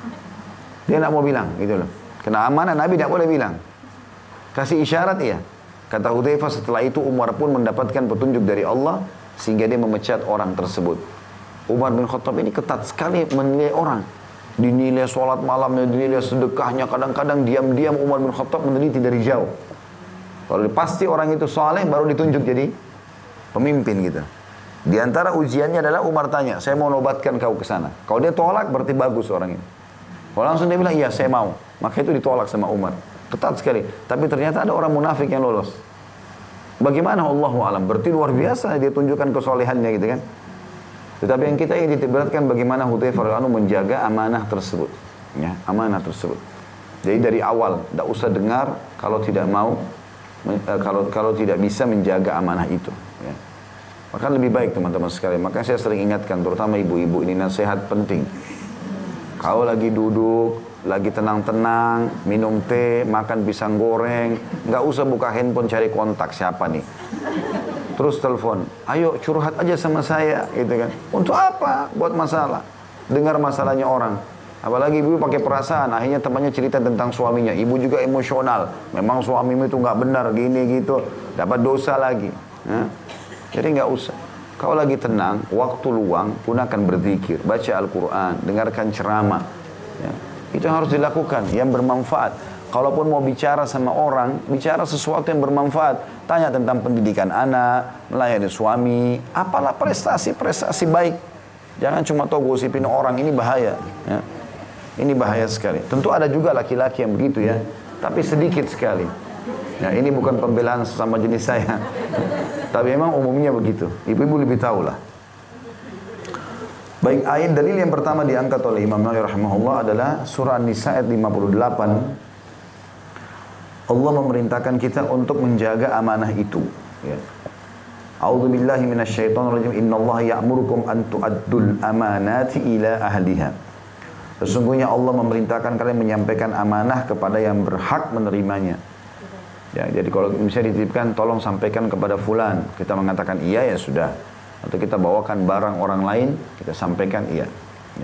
Dia tidak mau bilang, gitu loh. Kena amanah Nabi tidak boleh bilang. Kasih isyarat iya. Kata Hudzaifah setelah itu Umar pun mendapatkan petunjuk dari Allah sehingga dia memecat orang tersebut. Umar bin Khattab ini ketat sekali menilai orang. Dinilai sholat malamnya, dinilai sedekahnya. Kadang-kadang diam-diam Umar bin Khattab meneliti dari jauh. Kalau pasti orang itu saleh baru ditunjuk jadi pemimpin gitu. Di antara ujiannya adalah Umar tanya, saya mau nobatkan kau ke sana. Kalau dia tolak berarti bagus orang ini. Kalau langsung dia bilang, iya saya mau. Maka itu ditolak sama Umar. Ketat sekali. Tapi ternyata ada orang munafik yang lolos. Bagaimana Allahu a'lam? Berarti luar biasa dia tunjukkan kesolehannya gitu kan. Tetapi yang kita ingin diberatkan bagaimana Hudzaifah radhiyallahu anhu menjaga amanah tersebut. Ya, amanah tersebut. Jadi dari awal, tidak usah dengar kalau tidak mau, kalau tidak bisa menjaga amanah itu. Ya. Maka lebih baik teman-teman sekalian. Maka saya sering ingatkan, terutama ibu-ibu ini nasihat penting. Kau lagi duduk, lagi tenang-tenang, minum teh, makan pisang goreng, nggak usah buka handphone cari kontak siapa nih. Terus telepon, ayo curhat aja sama saya, gitu kan. Untuk apa? Buat masalah. Dengar masalahnya orang. Apalagi ibu pakai perasaan, akhirnya temannya cerita tentang suaminya. Ibu juga emosional. Memang suamimu itu nggak benar, gini gitu. Dapat dosa lagi. Ya? Jadi nggak usah. Kau lagi tenang, waktu luang, gunakan berzikir, baca Al-Quran, dengarkan ceramah. Ya. Itu harus dilakukan, yang bermanfaat. Kalaupun mau bicara sama orang, bicara sesuatu yang bermanfaat. Tanya tentang pendidikan anak, melayani suami, apalah prestasi-prestasi baik. Jangan cuma tahu gosipin orang, ini bahaya. Ya. Ini bahaya sekali. Tentu ada juga laki-laki yang begitu ya, tapi sedikit sekali. Ya, ini bukan pembelaan sesama jenis saya. Tapi memang umumnya begitu. Ibu-ibu lebih tahu lah. Baik, ayat dalil yang pertama diangkat oleh Imam Nawawi rahimahullah adalah surah An-Nisa ayat 58. Allah memerintahkan kita untuk menjaga amanah itu. Ya. A'udzu billahi minasyaitonir rajim. Innallaha ya'murukum an tu'addul amanati ila ahliha. Sesungguhnya Allah memerintahkan kalian menyampaikan amanah kepada yang berhak menerimanya. Ya, jadi kalau misalnya dititipkan, tolong sampaikan kepada fulan. Kita mengatakan iya ya sudah. Atau kita bawakan barang orang lain, kita sampaikan iya. Ya.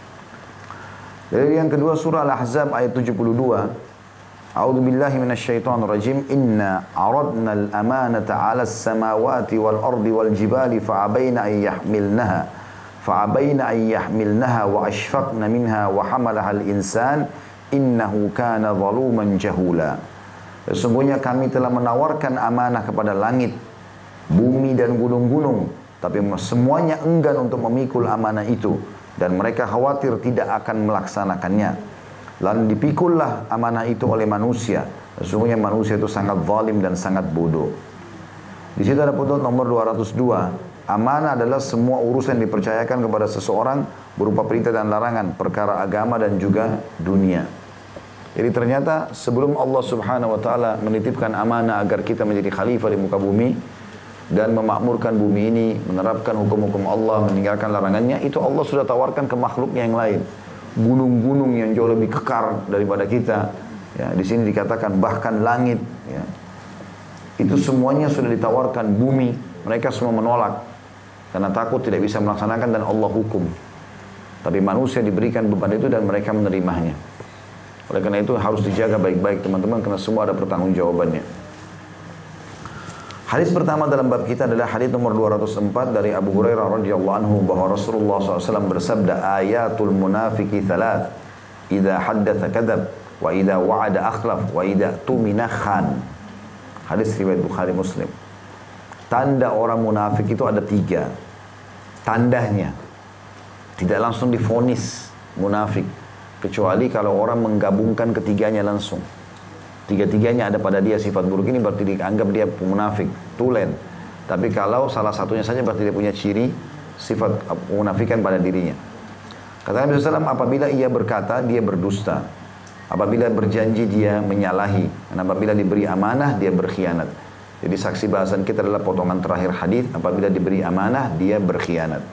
Jadi yang kedua surah Al-Ahzab ayat 72. A'udzu billahi minasyaitonir rajim. Inna 'aradna al-amanata 'ala as-samawati wal ardi wal jibali fa'abaina an yahmilnaha wa ashfaqna minha wa hamalaha al-insan innahu kana zaluman jahula. Sesungguhnya kami telah menawarkan amanah kepada langit, bumi dan gunung-gunung, tapi semuanya enggan untuk memikul amanah itu dan mereka khawatir tidak akan melaksanakannya. Lalu dipikullah amanah itu oleh manusia. Sesungguhnya manusia itu sangat zalim dan sangat bodoh. Di situ ada footnote nomor 202. Amanah adalah semua urusan yang dipercayakan kepada seseorang berupa perintah dan larangan, perkara agama dan juga dunia. Jadi ternyata sebelum Allah Subhanahu wa taala menitipkan amanah agar kita menjadi khalifah di muka bumi dan memakmurkan bumi ini, menerapkan hukum-hukum Allah, meninggalkan larangannya, itu Allah sudah tawarkan ke makhluknya yang lain. Gunung-gunung yang jauh lebih kekar daripada kita. Ya, di sini dikatakan bahkan langit, ya. Itu semuanya sudah ditawarkan, bumi, mereka semua menolak karena takut tidak bisa melaksanakan dan Allah hukum. Tapi manusia diberikan beban itu dan mereka menerimanya. Oleh karena itu harus dijaga baik-baik teman-teman, karena semua ada pertanggungjawabannya. Hadis pertama dalam bab kita adalah hadis nomor 204 dari Abu Hurairah radhiyallahu anhu bahwa Rasulullah SAW bersabda, ayatul munafiki thalath, idza haddatha kadzab, wa idza wa'ada akhlaf, wa idza tumina khan. Hadis riwayat Bukhari Muslim. Tanda orang munafik itu ada 3. Tandanya tidak langsung divonis munafik, kecuali kalau orang menggabungkan ketiganya langsung. Tiga-tiganya ada pada dia sifat buruk ini, berarti dianggap dia munafik, tulen. Tapi kalau salah satunya saja berarti dia punya ciri sifat munafikan pada dirinya. Kata Nabi SAW, apabila ia berkata, dia berdusta. Apabila berjanji, dia menyalahi. Dan apabila diberi amanah, dia berkhianat. Jadi saksi bahasan kita adalah potongan terakhir hadis, apabila diberi amanah, dia berkhianat.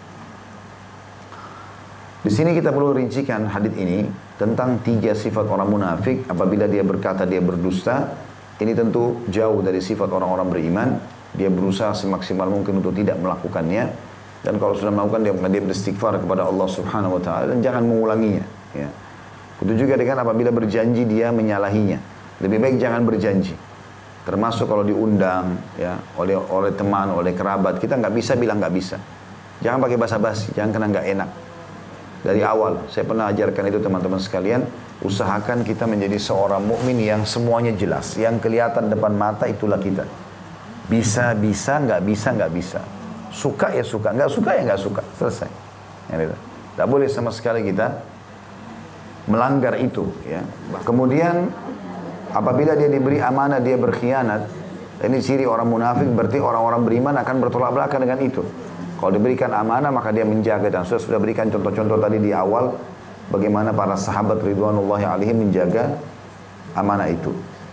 Di sini kita perlu rincikan hadis ini tentang 3 sifat orang munafik. Apabila dia berkata dia berdusta, ini tentu jauh dari sifat orang-orang beriman. Dia berusaha semaksimal mungkin untuk tidak melakukannya, dan kalau sudah melakukan dia beristighfar kepada Allah Subhanahu wa taala dan jangan mengulanginya, ya. Begitu juga dengan apabila berjanji dia menyalahinya. Lebih baik jangan berjanji. Termasuk kalau diundang, ya, oleh teman, oleh kerabat, kita nggak bisa bilang nggak bisa. Jangan pakai basa-basi, jangan kena nggak enak. Dari awal, saya pernah ajarkan itu teman-teman sekalian, usahakan kita menjadi seorang mukmin yang semuanya jelas, yang kelihatan depan mata itulah kita. Bisa, nggak bisa. Suka ya suka, nggak suka ya nggak suka, selesai. Tidak boleh sama sekali kita melanggar itu. Ya. Kemudian apabila dia diberi amanah dia berkhianat, ini ciri orang munafik, berarti orang-orang beriman akan bertolak belakang dengan itu. Kalau diberikan amanah maka dia menjaga, dan sudah berikan contoh-contoh tadi di awal bagaimana para sahabat ridwanullahi alaihim menjaga amanah itu.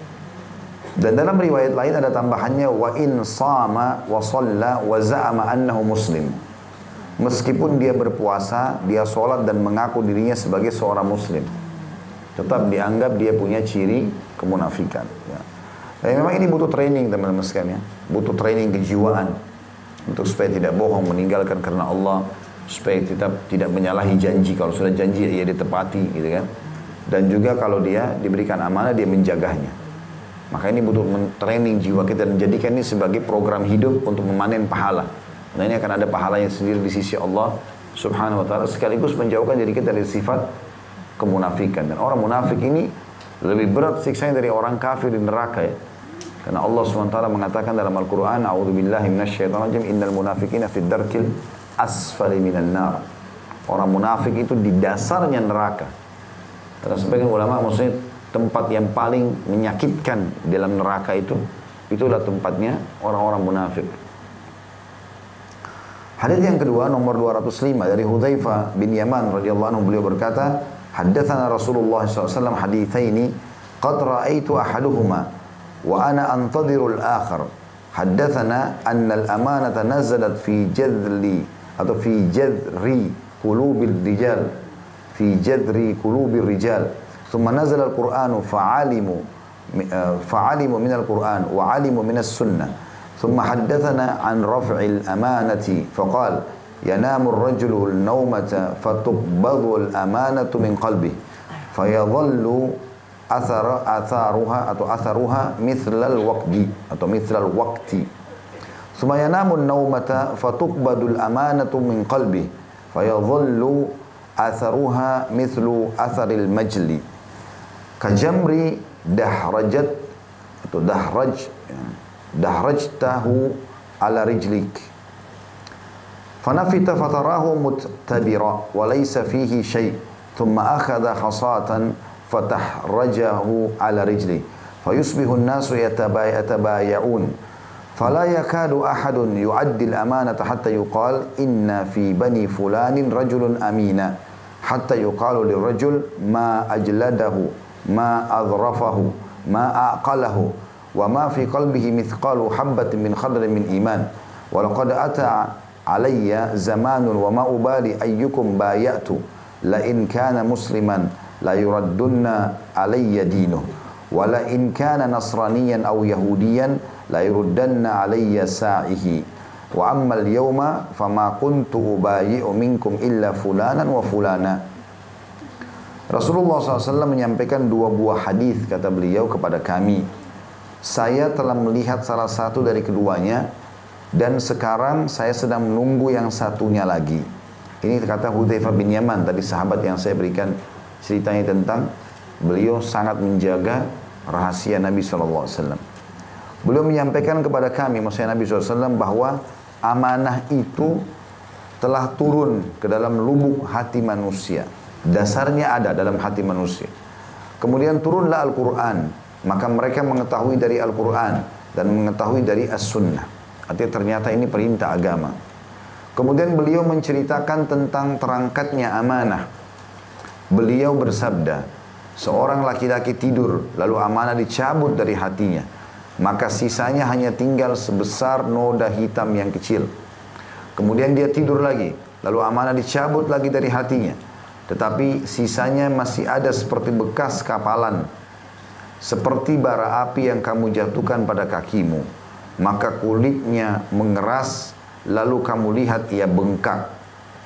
Dan dalam riwayat lain ada tambahannya wa in sama wa shalla wa za'ama annahu muslim. Meskipun dia berpuasa, dia sholat dan mengaku dirinya sebagai seorang muslim, tetap dianggap dia punya ciri kemunafikan. Ya. Dan memang ini butuh training teman-teman sekalian, butuh training kejiwaan. Untuk supaya tidak bohong, meninggalkan karena Allah, supaya tidak menyalahi janji. Kalau sudah janji ia ditepati, gitu kan. Dan juga kalau dia diberikan amanah dia menjaganya. Maka ini butuh training jiwa kita dan jadikan ini sebagai program hidup untuk memanen pahala. Nah ini akan ada pahalanya sendiri di sisi Allah Subhanahu wa taala, sekaligus menjauhkan diri kita dari sifat kemunafikan. Dan orang munafik ini lebih berat siksanya dari orang kafir di neraka, ya. Karena Allah SWT mengatakan dalam Al-Quran, A'udzubillahi minasyaitonirrajim, innal munafiqina fid darkil asfali minan nar. Orang munafik itu di dasarnya neraka. Karena sebagian ulama maksudnya tempat yang paling menyakitkan dalam neraka itulah tempatnya orang-orang munafik. Hadis yang kedua nomor 205 dari Hudzaifah bin Yaman radhiyallahu anhu, beliau berkata, haddatsana Rasulullah SAW haditsaini qad ra'aitu ahaduhuma wa ana antadhiru al-akhar. Haddatsana anna al-amanata nazalat fi jadri atau fi jadri qulubil rijal, fi jadri qulubil rijal, thumma nazala al-Qur'anu fa'alimu min al-Qur'an wa 'alimu min as-sunnah, thumma haddatsana an raf'il amanati faqala yanamu ar-rajulu an-nawmata fatuqbadu al-amanatu min qalbihi fayadhallu atharuha mithlal waqti thumma yanamu an-nawmata fatuqbadu al-amanatu min qalbihi fayadhallu atharuha mithlu atharil majli kajamri dahrajtahu ala rijlik fanafita fatarahu muttabira wa laysa fihi shay thumma akhadha hasatan fatahrajahu ala rijli fayusbihu an-nasu yatabaya'un fala yakadu ahadun yu'addi al-amanata hatta yuqal inna fi bani fulanin rajulun amina hatta yuqalu lirrajul ma ajladahu ma adhrafahu ma aqalahu wa ma fi qalbihi mithqalu habbatin min khardalin min iman wa laqad ata alayya zamanun wa ma ubali ayyukum bayatu la in kana musliman la yuraddunna alayya dinuh wa la in kana nasraniyan aw yahudiyan la yuruddanna alayya sa'ihi wa ammal yawma fama kuntu ubayi'u minkum illa fulanan wa fulana. Rasulullah SAW menyampaikan dua buah hadis, kata beliau kepada kami. Saya telah melihat salah satu dari keduanya dan sekarang saya sedang menunggu yang satunya lagi. Ini kata Hudzaifah bin Yaman, tadi sahabat yang saya berikan ceritanya tentang beliau sangat menjaga rahasia Nabi SAW. Beliau menyampaikan kepada kami, maksudnya Nabi SAW, bahwa amanah itu telah turun ke dalam lubuk hati manusia. Dasarnya ada dalam hati manusia. Kemudian turunlah Al-Quran. Maka mereka mengetahui dari Al-Quran dan mengetahui dari As-Sunnah. Artinya ternyata ini perintah agama. Kemudian beliau menceritakan tentang terangkatnya amanah. Beliau bersabda, seorang laki-laki tidur, lalu amanah dicabut dari hatinya. Maka sisanya hanya tinggal sebesar noda hitam yang kecil. Kemudian dia tidur lagi, lalu amanah dicabut lagi dari hatinya. Tetapi sisanya masih ada seperti bekas kapalan, seperti bara api yang kamu jatuhkan pada kakimu. Maka kulitnya mengeras, lalu kamu lihat ia bengkak.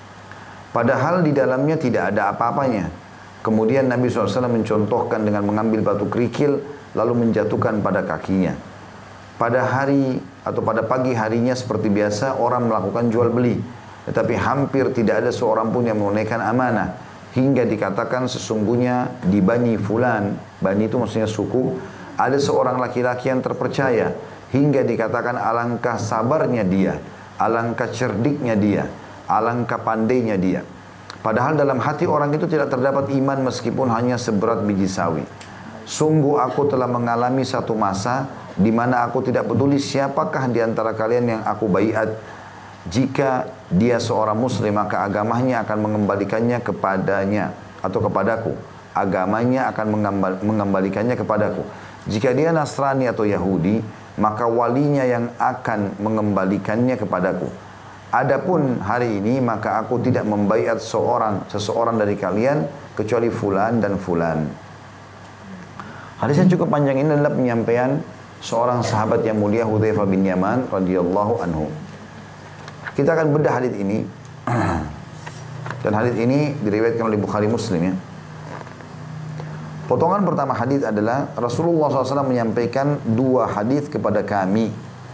Padahal di dalamnya tidak ada apa-apanya. Kemudian Nabi SAW mencontohkan dengan mengambil batu kerikil, lalu menjatuhkan pada kakinya. Pada hari atau pada pagi harinya seperti biasa orang melakukan jual beli. Tetapi hampir tidak ada seorang pun yang menunaikan amanah. Hingga dikatakan sesungguhnya di Bani Fulan, Bani itu maksudnya suku, ada seorang laki-laki yang terpercaya. Hingga dikatakan alangkah sabarnya dia, alangkah cerdiknya dia, alangkah pandainya dia. Padahal dalam hati orang itu tidak terdapat iman meskipun hanya seberat biji sawi. Sungguh aku telah mengalami satu masa di mana aku tidak peduli siapakah di antara kalian yang aku baiat. Jika dia seorang muslim maka agamanya akan mengembalikannya kepadanya atau kepadaku. Agamanya akan mengembalikannya kepadaku. Jika dia Nasrani atau Yahudi maka walinya yang akan mengembalikannya kepadaku. Adapun hari ini maka aku tidak membaiat seseorang dari kalian kecuali fulan dan fulan. Hadis yang cukup panjang ini adalah penyampaian seorang sahabat yang mulia Hudzaifah bin Yaman radhiyallahu anhu. Kita akan bedah hadis ini. Dan hadis ini diriwayatkan oleh Bukhari Muslim ya. Potongan pertama hadis adalah Rasulullah SAW menyampaikan dua hadis kepada kami.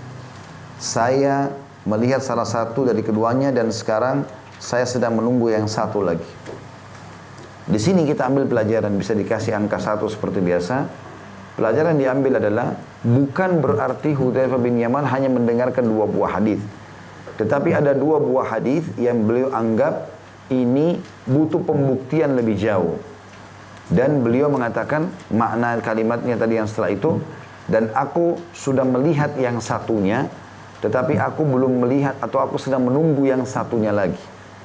Saya melihat salah satu dari keduanya dan sekarang saya sedang menunggu yang satu lagi. Di sini kita ambil pelajaran, bisa dikasih angka 1 seperti biasa. Pelajaran yang diambil adalah bukan berarti Hudzaifah bin Yaman hanya mendengarkan dua buah hadis. Tetapi ada dua buah hadis yang beliau anggap ini butuh pembuktian lebih jauh. Dan beliau mengatakan makna kalimatnya tadi yang setelah itu, dan aku sudah melihat yang satunya, tetapi aku belum melihat atau aku sedang menunggu yang satunya lagi.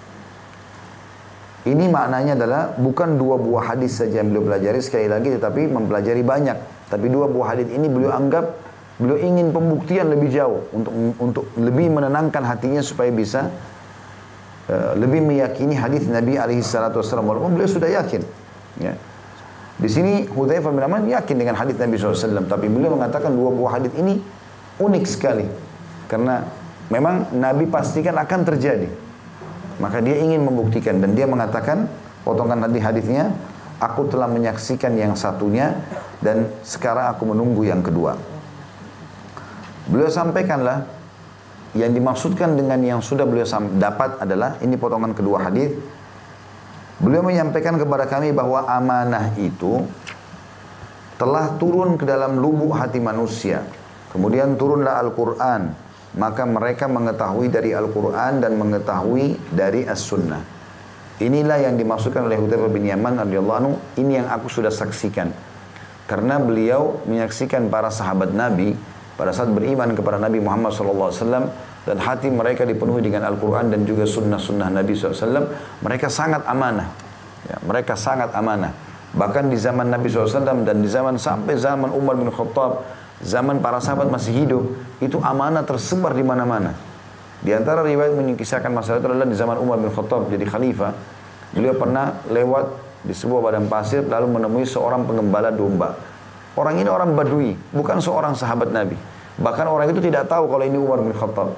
Ini maknanya adalah bukan dua buah hadis saja yang beliau pelajari sekali lagi, tetapi mempelajari banyak. Tapi dua buah hadis ini beliau anggap, beliau ingin pembuktian lebih jauh untuk lebih menenangkan hatinya supaya bisa lebih meyakini hadis Nabi SAW. Walaupun beliau sudah yakin. Ya. Di sini Hudzaifah bin Yaman yakin dengan hadis Nabi SAW, tapi beliau mengatakan dua buah hadis ini unik sekali karena memang Nabi pastikan akan terjadi. Maka dia ingin membuktikan dan dia mengatakan potongan hadisnya, aku telah menyaksikan yang satunya dan sekarang aku menunggu yang kedua. Beliau sampaikanlah yang dimaksudkan dengan yang sudah beliau dapat adalah ini potongan kedua hadis. Beliau menyampaikan kepada kami bahwa amanah itu telah turun ke dalam lubuk hati manusia. Kemudian turunlah Al-Quran. Maka mereka mengetahui dari Al-Quran dan mengetahui dari As-Sunnah. Inilah yang dimaksudkan oleh Hudzaifah bin Yaman radhiyallahu anhu, ini yang aku sudah saksikan. Karena beliau menyaksikan para sahabat Nabi pada saat beriman kepada Nabi Muhammad SAW dan hati mereka dipenuhi dengan Al-Quran dan juga sunnah-sunnah Nabi SAW, mereka sangat amanah. Ya, mereka sangat amanah. Bahkan di zaman Nabi SAW dan di zaman sampai zaman Umar bin Khattab, zaman para sahabat masih hidup, itu amanah tersebar di mana-mana. Di antara riwayat menyikisahkan masalah itu adalah di zaman Umar bin Khattab jadi khalifah, beliau pernah lewat di sebuah padang pasir lalu menemui seorang penggembala domba. Orang ini orang Badui, bukan seorang sahabat Nabi. Bahkan orang itu tidak tahu kalau ini Umar bin Khattab.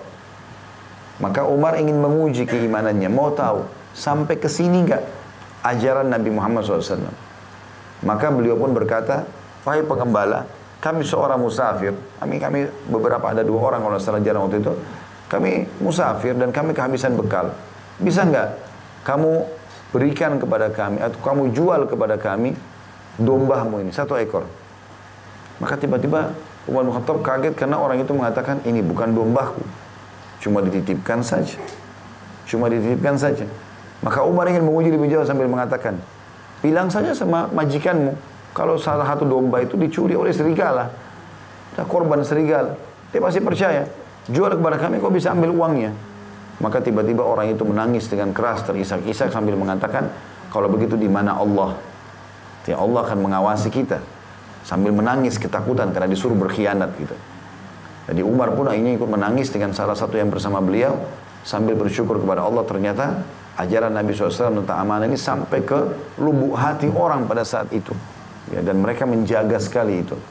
Maka Umar ingin menguji keimanannya, mau tahu sampai ke sini enggak ajaran Nabi Muhammad SAW. Maka beliau pun berkata, wahai penggembala, kami seorang musafir, kami beberapa ada 2 orang kalau salah jarang waktu itu, kami musafir dan kami kehabisan bekal. Bisa enggak kamu berikan kepada kami atau kamu jual kepada kami dombamu ini 1 ekor? Maka tiba-tiba Umar bin Khattab kaget karena orang itu mengatakan, ini bukan dombaku, cuma dititipkan saja. Cuma dititipkan saja. Maka Umar ingin menguji lebih jauh sambil mengatakan, bilang saja sama majikanmu kalau salah satu domba itu dicuri oleh serigala, ada korban serigala, dia pasti percaya. Jual kepada kami, kok bisa ambil uangnya? Maka tiba-tiba orang itu menangis dengan keras, terisak-isak sambil mengatakan, kalau begitu di mana Allah? Ya, Allah akan mengawasi kita. Sambil menangis ketakutan karena disuruh berkhianat gitu. Jadi Umar pun akhirnya ikut menangis dengan salah satu yang bersama beliau sambil bersyukur kepada Allah. Ternyata ajaran Nabi SAW tentang amanah ini sampai ke lubuk hati orang pada saat itu. Ya, dan mereka menjaga sekali itu.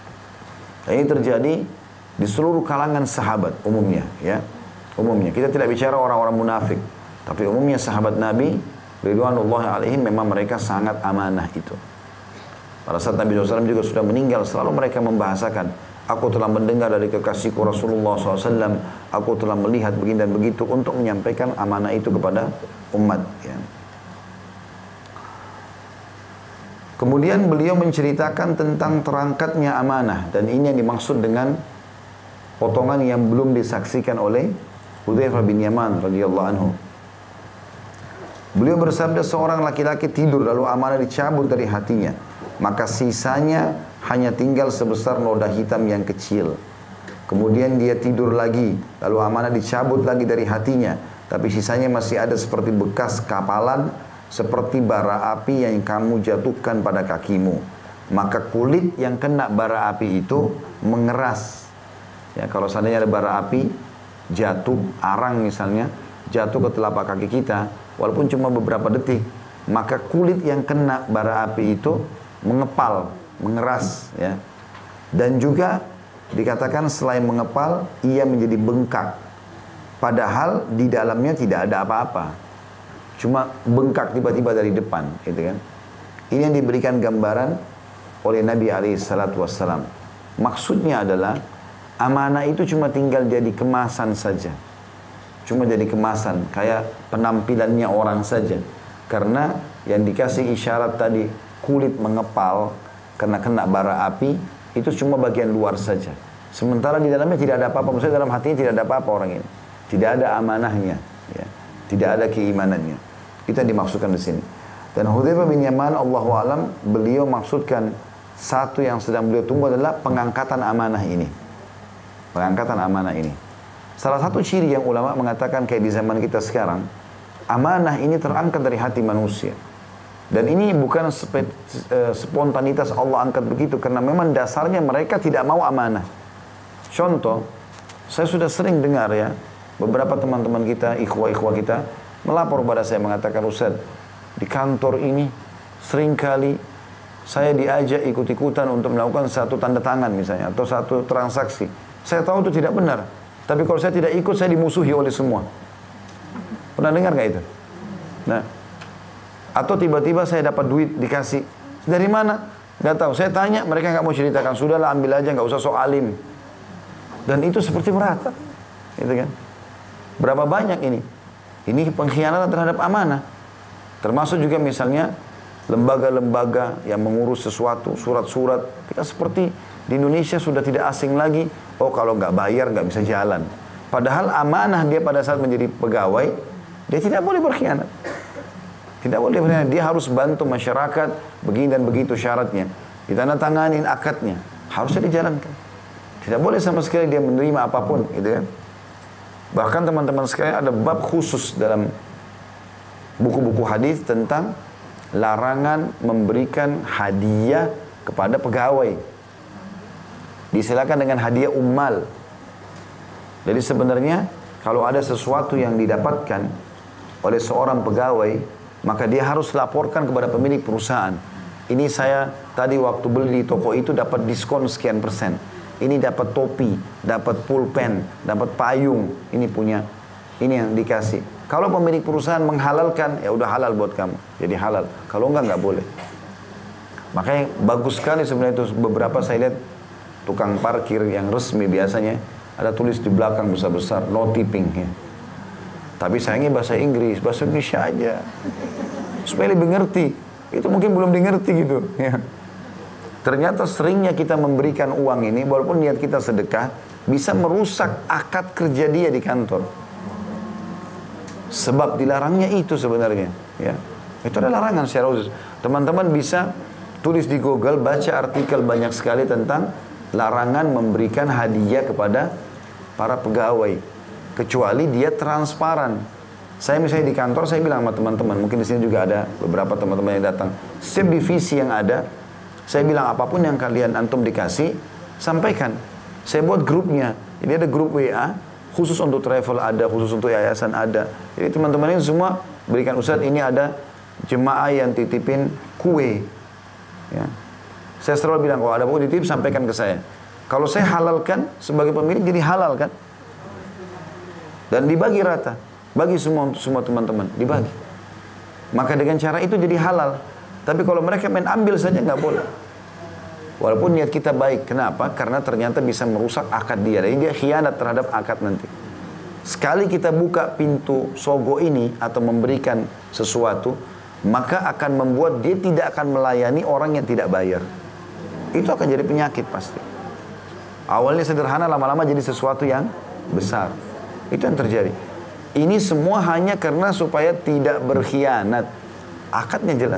Dan ini terjadi di seluruh kalangan sahabat umumnya, ya. Umumnya kita tidak bicara orang-orang munafik, tapi umumnya sahabat Nabi ridwanullahi alaihim memang mereka sangat amanah itu. Pada saat Nabi SAW juga sudah meninggal, selalu mereka membahasakan, aku telah mendengar dari kekasihku Rasulullah SAW, aku telah melihat begini dan begitu, untuk menyampaikan amanah itu kepada umat, ya. Kemudian beliau menceritakan tentang terangkatnya amanah, dan ini yang dimaksud dengan potongan yang belum disaksikan oleh Hudzaifah bin Yaman radhiyallahu anhu. Beliau bersabda, seorang laki-laki tidur lalu amanah dicabut dari hatinya, maka sisanya hanya tinggal sebesar noda hitam yang kecil. Kemudian dia tidur lagi, lalu amanah dicabut lagi dari hatinya, tapi sisanya masih ada seperti bekas kapalan, seperti bara api yang kamu jatuhkan pada kakimu. Maka kulit yang kena bara api itu mengeras. Ya, kalau seandainya ada bara api jatuh, arang misalnya, jatuh ke telapak kaki kita, walaupun cuma beberapa detik, maka kulit yang kena bara api itu mengepal, mengeras, ya. Dan juga dikatakan selain mengepal, ia menjadi bengkak. Padahal di dalamnya tidak ada apa-apa. Cuma bengkak tiba-tiba dari depan, gitu kan. Ini yang diberikan gambaran oleh Nabi SAW. Maksudnya adalah amanah itu cuma tinggal jadi kemasan saja. Cuma jadi kemasan, kayak penampilannya orang saja. Karena yang dikasih isyarat tadi, kulit mengepal karena kena bara api, itu cuma bagian luar saja. Sementara di dalamnya tidak ada apa-apa. Maksudnya dalam hatinya tidak ada apa-apa orang ini. Tidak ada amanahnya, ya. Tidak ada keimanannya. Itu yang dimaksudkan di sini. Dan Hudzaifah bin Yaman, Allahu a'lam, beliau maksudkan satu yang sedang beliau tunggu adalah pengangkatan amanah ini. Pengangkatan amanah ini. Salah satu ciri yang ulama mengatakan kayak di zaman kita sekarang, amanah ini terangkat dari hati manusia. Dan ini bukan spontanitas Allah angkat begitu, karena memang dasarnya mereka tidak mau amanah. Contoh, saya sudah sering dengar ya, beberapa teman-teman kita, ikhwah-ikhwah kita, melapor pada saya mengatakan, Ustaz, di kantor ini seringkali saya diajak ikut-ikutan untuk melakukan satu tanda tangan misalnya, atau satu transaksi. Saya tahu itu tidak benar, tapi kalau saya tidak ikut, saya dimusuhi oleh semua. Pernah dengar gak itu? Nah, atau tiba-tiba saya dapat duit dikasih. Dari mana? Gak tahu. Saya tanya, mereka gak mau ceritakan. Sudahlah, ambil aja, gak usah sok alim. Dan itu seperti merata. Gitu kan? Berapa banyak ini? Ini pengkhianatan terhadap amanah. Termasuk juga misalnya lembaga-lembaga yang mengurus sesuatu, surat-surat. Kita seperti di Indonesia sudah tidak asing lagi. Oh, kalau gak bayar gak bisa jalan. Padahal amanah dia pada saat menjadi pegawai, dia tidak boleh berkhianat. Tidak boleh, dia harus bantu masyarakat begini dan begitu syaratnya. Ditandatanganin akadnya, harusnya dijalankan. Tidak boleh sama sekali dia menerima apapun, gitu kan. Bahkan teman-teman sekalian ada bab khusus dalam buku-buku hadis tentang larangan memberikan hadiah kepada pegawai. Disilakan dengan hadiah ummal. Jadi sebenarnya kalau ada sesuatu yang didapatkan oleh seorang pegawai, maka dia harus laporkan kepada pemilik perusahaan. Ini saya tadi waktu beli di toko itu dapat diskon sekian persen. Ini dapat topi, dapat pulpen, dapat payung. Ini punya, ini yang dikasih. Kalau pemilik perusahaan menghalalkan, ya udah halal buat kamu. Jadi halal. Kalau enggak boleh. Makanya bagus sekali sebenarnya itu. Beberapa saya lihat tukang parkir yang resmi biasanya ada tulis di belakang besar-besar no tipping ya. Tapi sayangnya bahasa Inggris, bahasa Indonesia aja supaya lebih ngerti. Itu mungkin belum dimengerti gitu ya. Ternyata seringnya kita memberikan uang ini walaupun niat kita sedekah bisa merusak akad kerja dia di kantor. Sebab dilarangnya itu sebenarnya ya. Itu ada larangan secara khusus. Teman-teman bisa tulis di Google, baca artikel banyak sekali tentang larangan memberikan hadiah kepada para pegawai kecuali dia transparan. Saya misalnya di kantor saya bilang sama teman-teman, mungkin di sini juga ada beberapa teman-teman yang datang. Setiap divisi yang ada, saya bilang apapun yang kalian antum dikasih, sampaikan. Saya buat grupnya. Jadi ada grup WA khusus untuk travel ada, khusus untuk yayasan ada. Jadi teman-teman ini semua berikan, Ustaz ini ada jemaah yang titipin kue. Ya. Saya selalu bilang, kalau ada buku dititip, sampaikan ke saya. Kalau saya halalkan, sebagai pemilik jadi halal kan? Dan dibagi rata. Bagi semua teman-teman, dibagi. Maka dengan cara itu jadi halal. Tapi kalau mereka main ambil saja, nggak boleh. Walaupun niat kita baik. Kenapa? Karena ternyata bisa merusak akad dia. Jadi dia khianat terhadap akad nanti. Sekali kita buka pintu sogo ini, atau memberikan sesuatu, maka akan membuat dia tidak akan melayani orang yang tidak bayar. Itu akan jadi penyakit pasti. Awalnya sederhana, lama-lama jadi sesuatu yang besar. Itu yang terjadi. Ini semua hanya karena supaya tidak berkhianat. Akadnya jelas.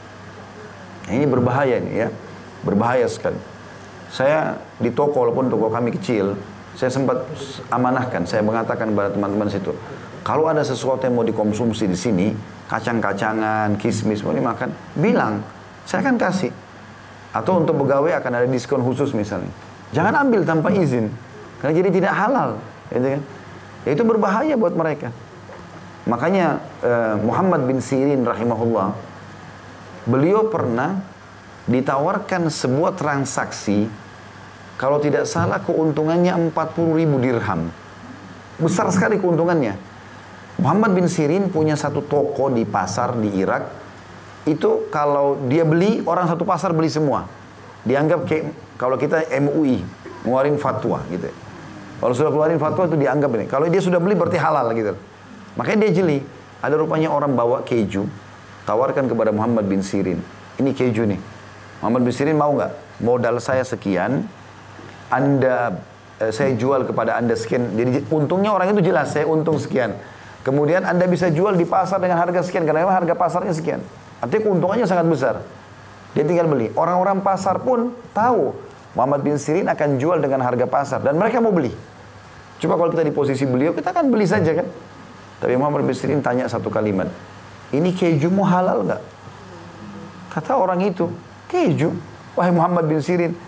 Ini berbahaya nih ya. Berbahaya sekali. Saya di toko, walaupun toko kami kecil, saya sempat amanahkan. Saya mengatakan kepada teman-teman situ, kalau ada sesuatu yang mau dikonsumsi di sini, kacang-kacangan, kismis, mau dimakan, bilang, saya akan kasih. Atau untuk pegawai akan ada diskon khusus misalnya. Jangan ambil tanpa izin, karena jadi tidak halal, gitu kan? Itu berbahaya buat mereka. Makanya Muhammad bin Sirin rahimahullah, beliau pernah ditawarkan sebuah transaksi, kalau tidak salah keuntungannya 40.000 dirham. Besar sekali keuntungannya. Muhammad bin Sirin punya satu toko di pasar di Irak. Itu kalau dia beli, orang satu pasar beli semua. Dianggap kayak kalau kita MUI ngeluarin fatwa gitu. Kalau sudah keluarin fatwa itu dianggap ini. Kalau dia sudah beli berarti halal gitu. Makanya dia jeli. Ada rupanya orang bawa keju, tawarkan kepada Muhammad bin Sirin. Ini keju nih. Muhammad bin Sirin mau nggak? Modal saya sekian, saya jual kepada Anda sekian. Jadi untungnya orang itu jelas, saya untung sekian. Kemudian Anda bisa jual di pasar dengan harga sekian, karena memang harga pasarnya sekian. Artinya keuntungannya sangat besar. Dia tinggal beli. Orang-orang pasar pun tahu Muhammad bin Sirin akan jual dengan harga pasar. Dan mereka mau beli. Coba kalau kita di posisi beliau, kita akan beli saja kan. Tapi Muhammad bin Sirin tanya satu kalimat. Ini kejumu halal nggak? Kata orang itu, keju? Wahai Muhammad bin Sirin,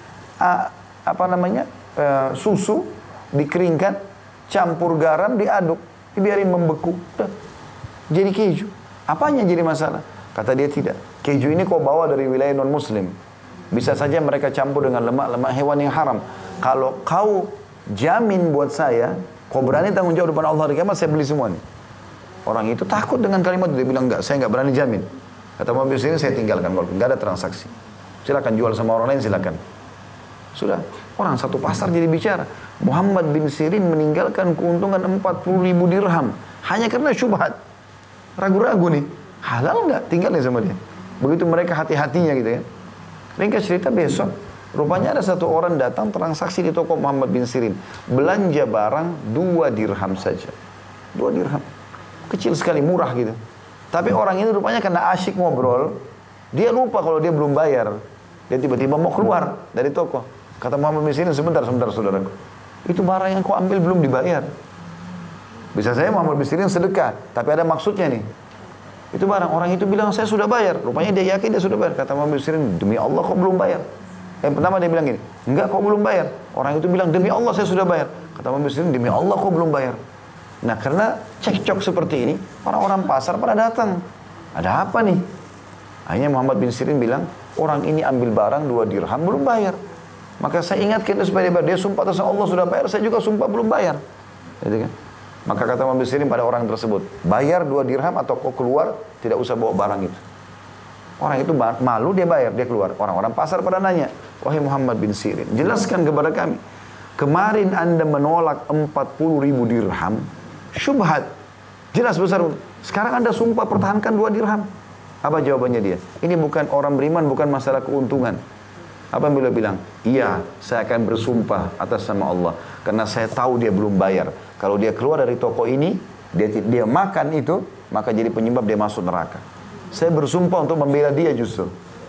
susu dikeringkan, campur garam, diaduk, dibiarin membeku. Jadi keju. Apanya jadi masalah? Kata dia tidak. Keju ini kau bawa dari wilayah non-muslim. Bisa saja mereka campur dengan lemak-lemak hewan yang haram. Kalau kau jamin buat saya, kau berani tanggung jawab depan Allah di kiamat, saya beli semua nih. Orang itu takut dengan kalimat itu. Dia bilang, enggak, saya enggak berani jamin. Kata Muhammad bin Sirin, saya tinggalkan. Walaupun enggak ada transaksi. Silakan jual sama orang lain, silakan. Sudah. Orang satu pasar jadi bicara. Muhammad bin Sirin meninggalkan keuntungan 40.000 dirham. Hanya karena syubhat. Ragu-ragu nih. Halal enggak? Tinggalin sama dia. Begitu mereka hati-hatinya gitu ya. Ringkas cerita, besok rupanya ada satu orang datang transaksi di toko Muhammad bin Sirin. Belanja barang 2 dirham saja. 2 dirham. Kecil sekali, murah gitu. Tapi orang ini rupanya karena asyik ngobrol, dia lupa kalau dia belum bayar. Dia tiba-tiba mau keluar dari toko. Kata Muhammad bin Sirin, sebentar saudaraku. Itu barang yang kau ambil belum dibayar. Bisa saya Muhammad bin Sirin sedekah, tapi ada maksudnya nih. Itu barang, orang itu bilang saya sudah bayar. Rupanya dia yakin dia sudah bayar. Kata Muhammad bin Sirin, demi Allah kau belum bayar. Yang pertama dia bilang gini, enggak kau belum bayar. Orang itu bilang, demi Allah saya sudah bayar. Kata Muhammad bin Sirin, demi Allah kau belum bayar. Nah karena cekcok seperti ini, orang-orang pasar pada datang. Ada apa nih? Akhirnya Muhammad bin Sirin bilang, orang ini ambil barang 2 dirham belum bayar. Maka saya ingatkan dia supaya dia bayar. Dia sumpah atas Allah sudah bayar, saya juga sumpah belum bayar. Gitu kan? Maka kata Muhammad bin Sirin pada orang tersebut, bayar 2 dirham atau kau keluar, tidak usah bawa barang itu. Orang itu malu, dia bayar, dia keluar. Orang-orang pasar pada nanya, wahai Muhammad bin Sirin, jelaskan kepada kami, kemarin anda menolak 40.000 dirham, syubhat, jelas besar. Sekarang anda sumpah pertahankan 2 dirham. Apa jawabannya dia? Ini bukan orang beriman, bukan masalah keuntungan. Apa yang beliau bilang? Iya, saya akan bersumpah atas nama Allah. Karena saya tahu dia belum bayar. Kalau dia keluar dari toko ini, dia makan itu, maka jadi penyebab dia masuk neraka. Saya bersumpah untuk membela dia justru.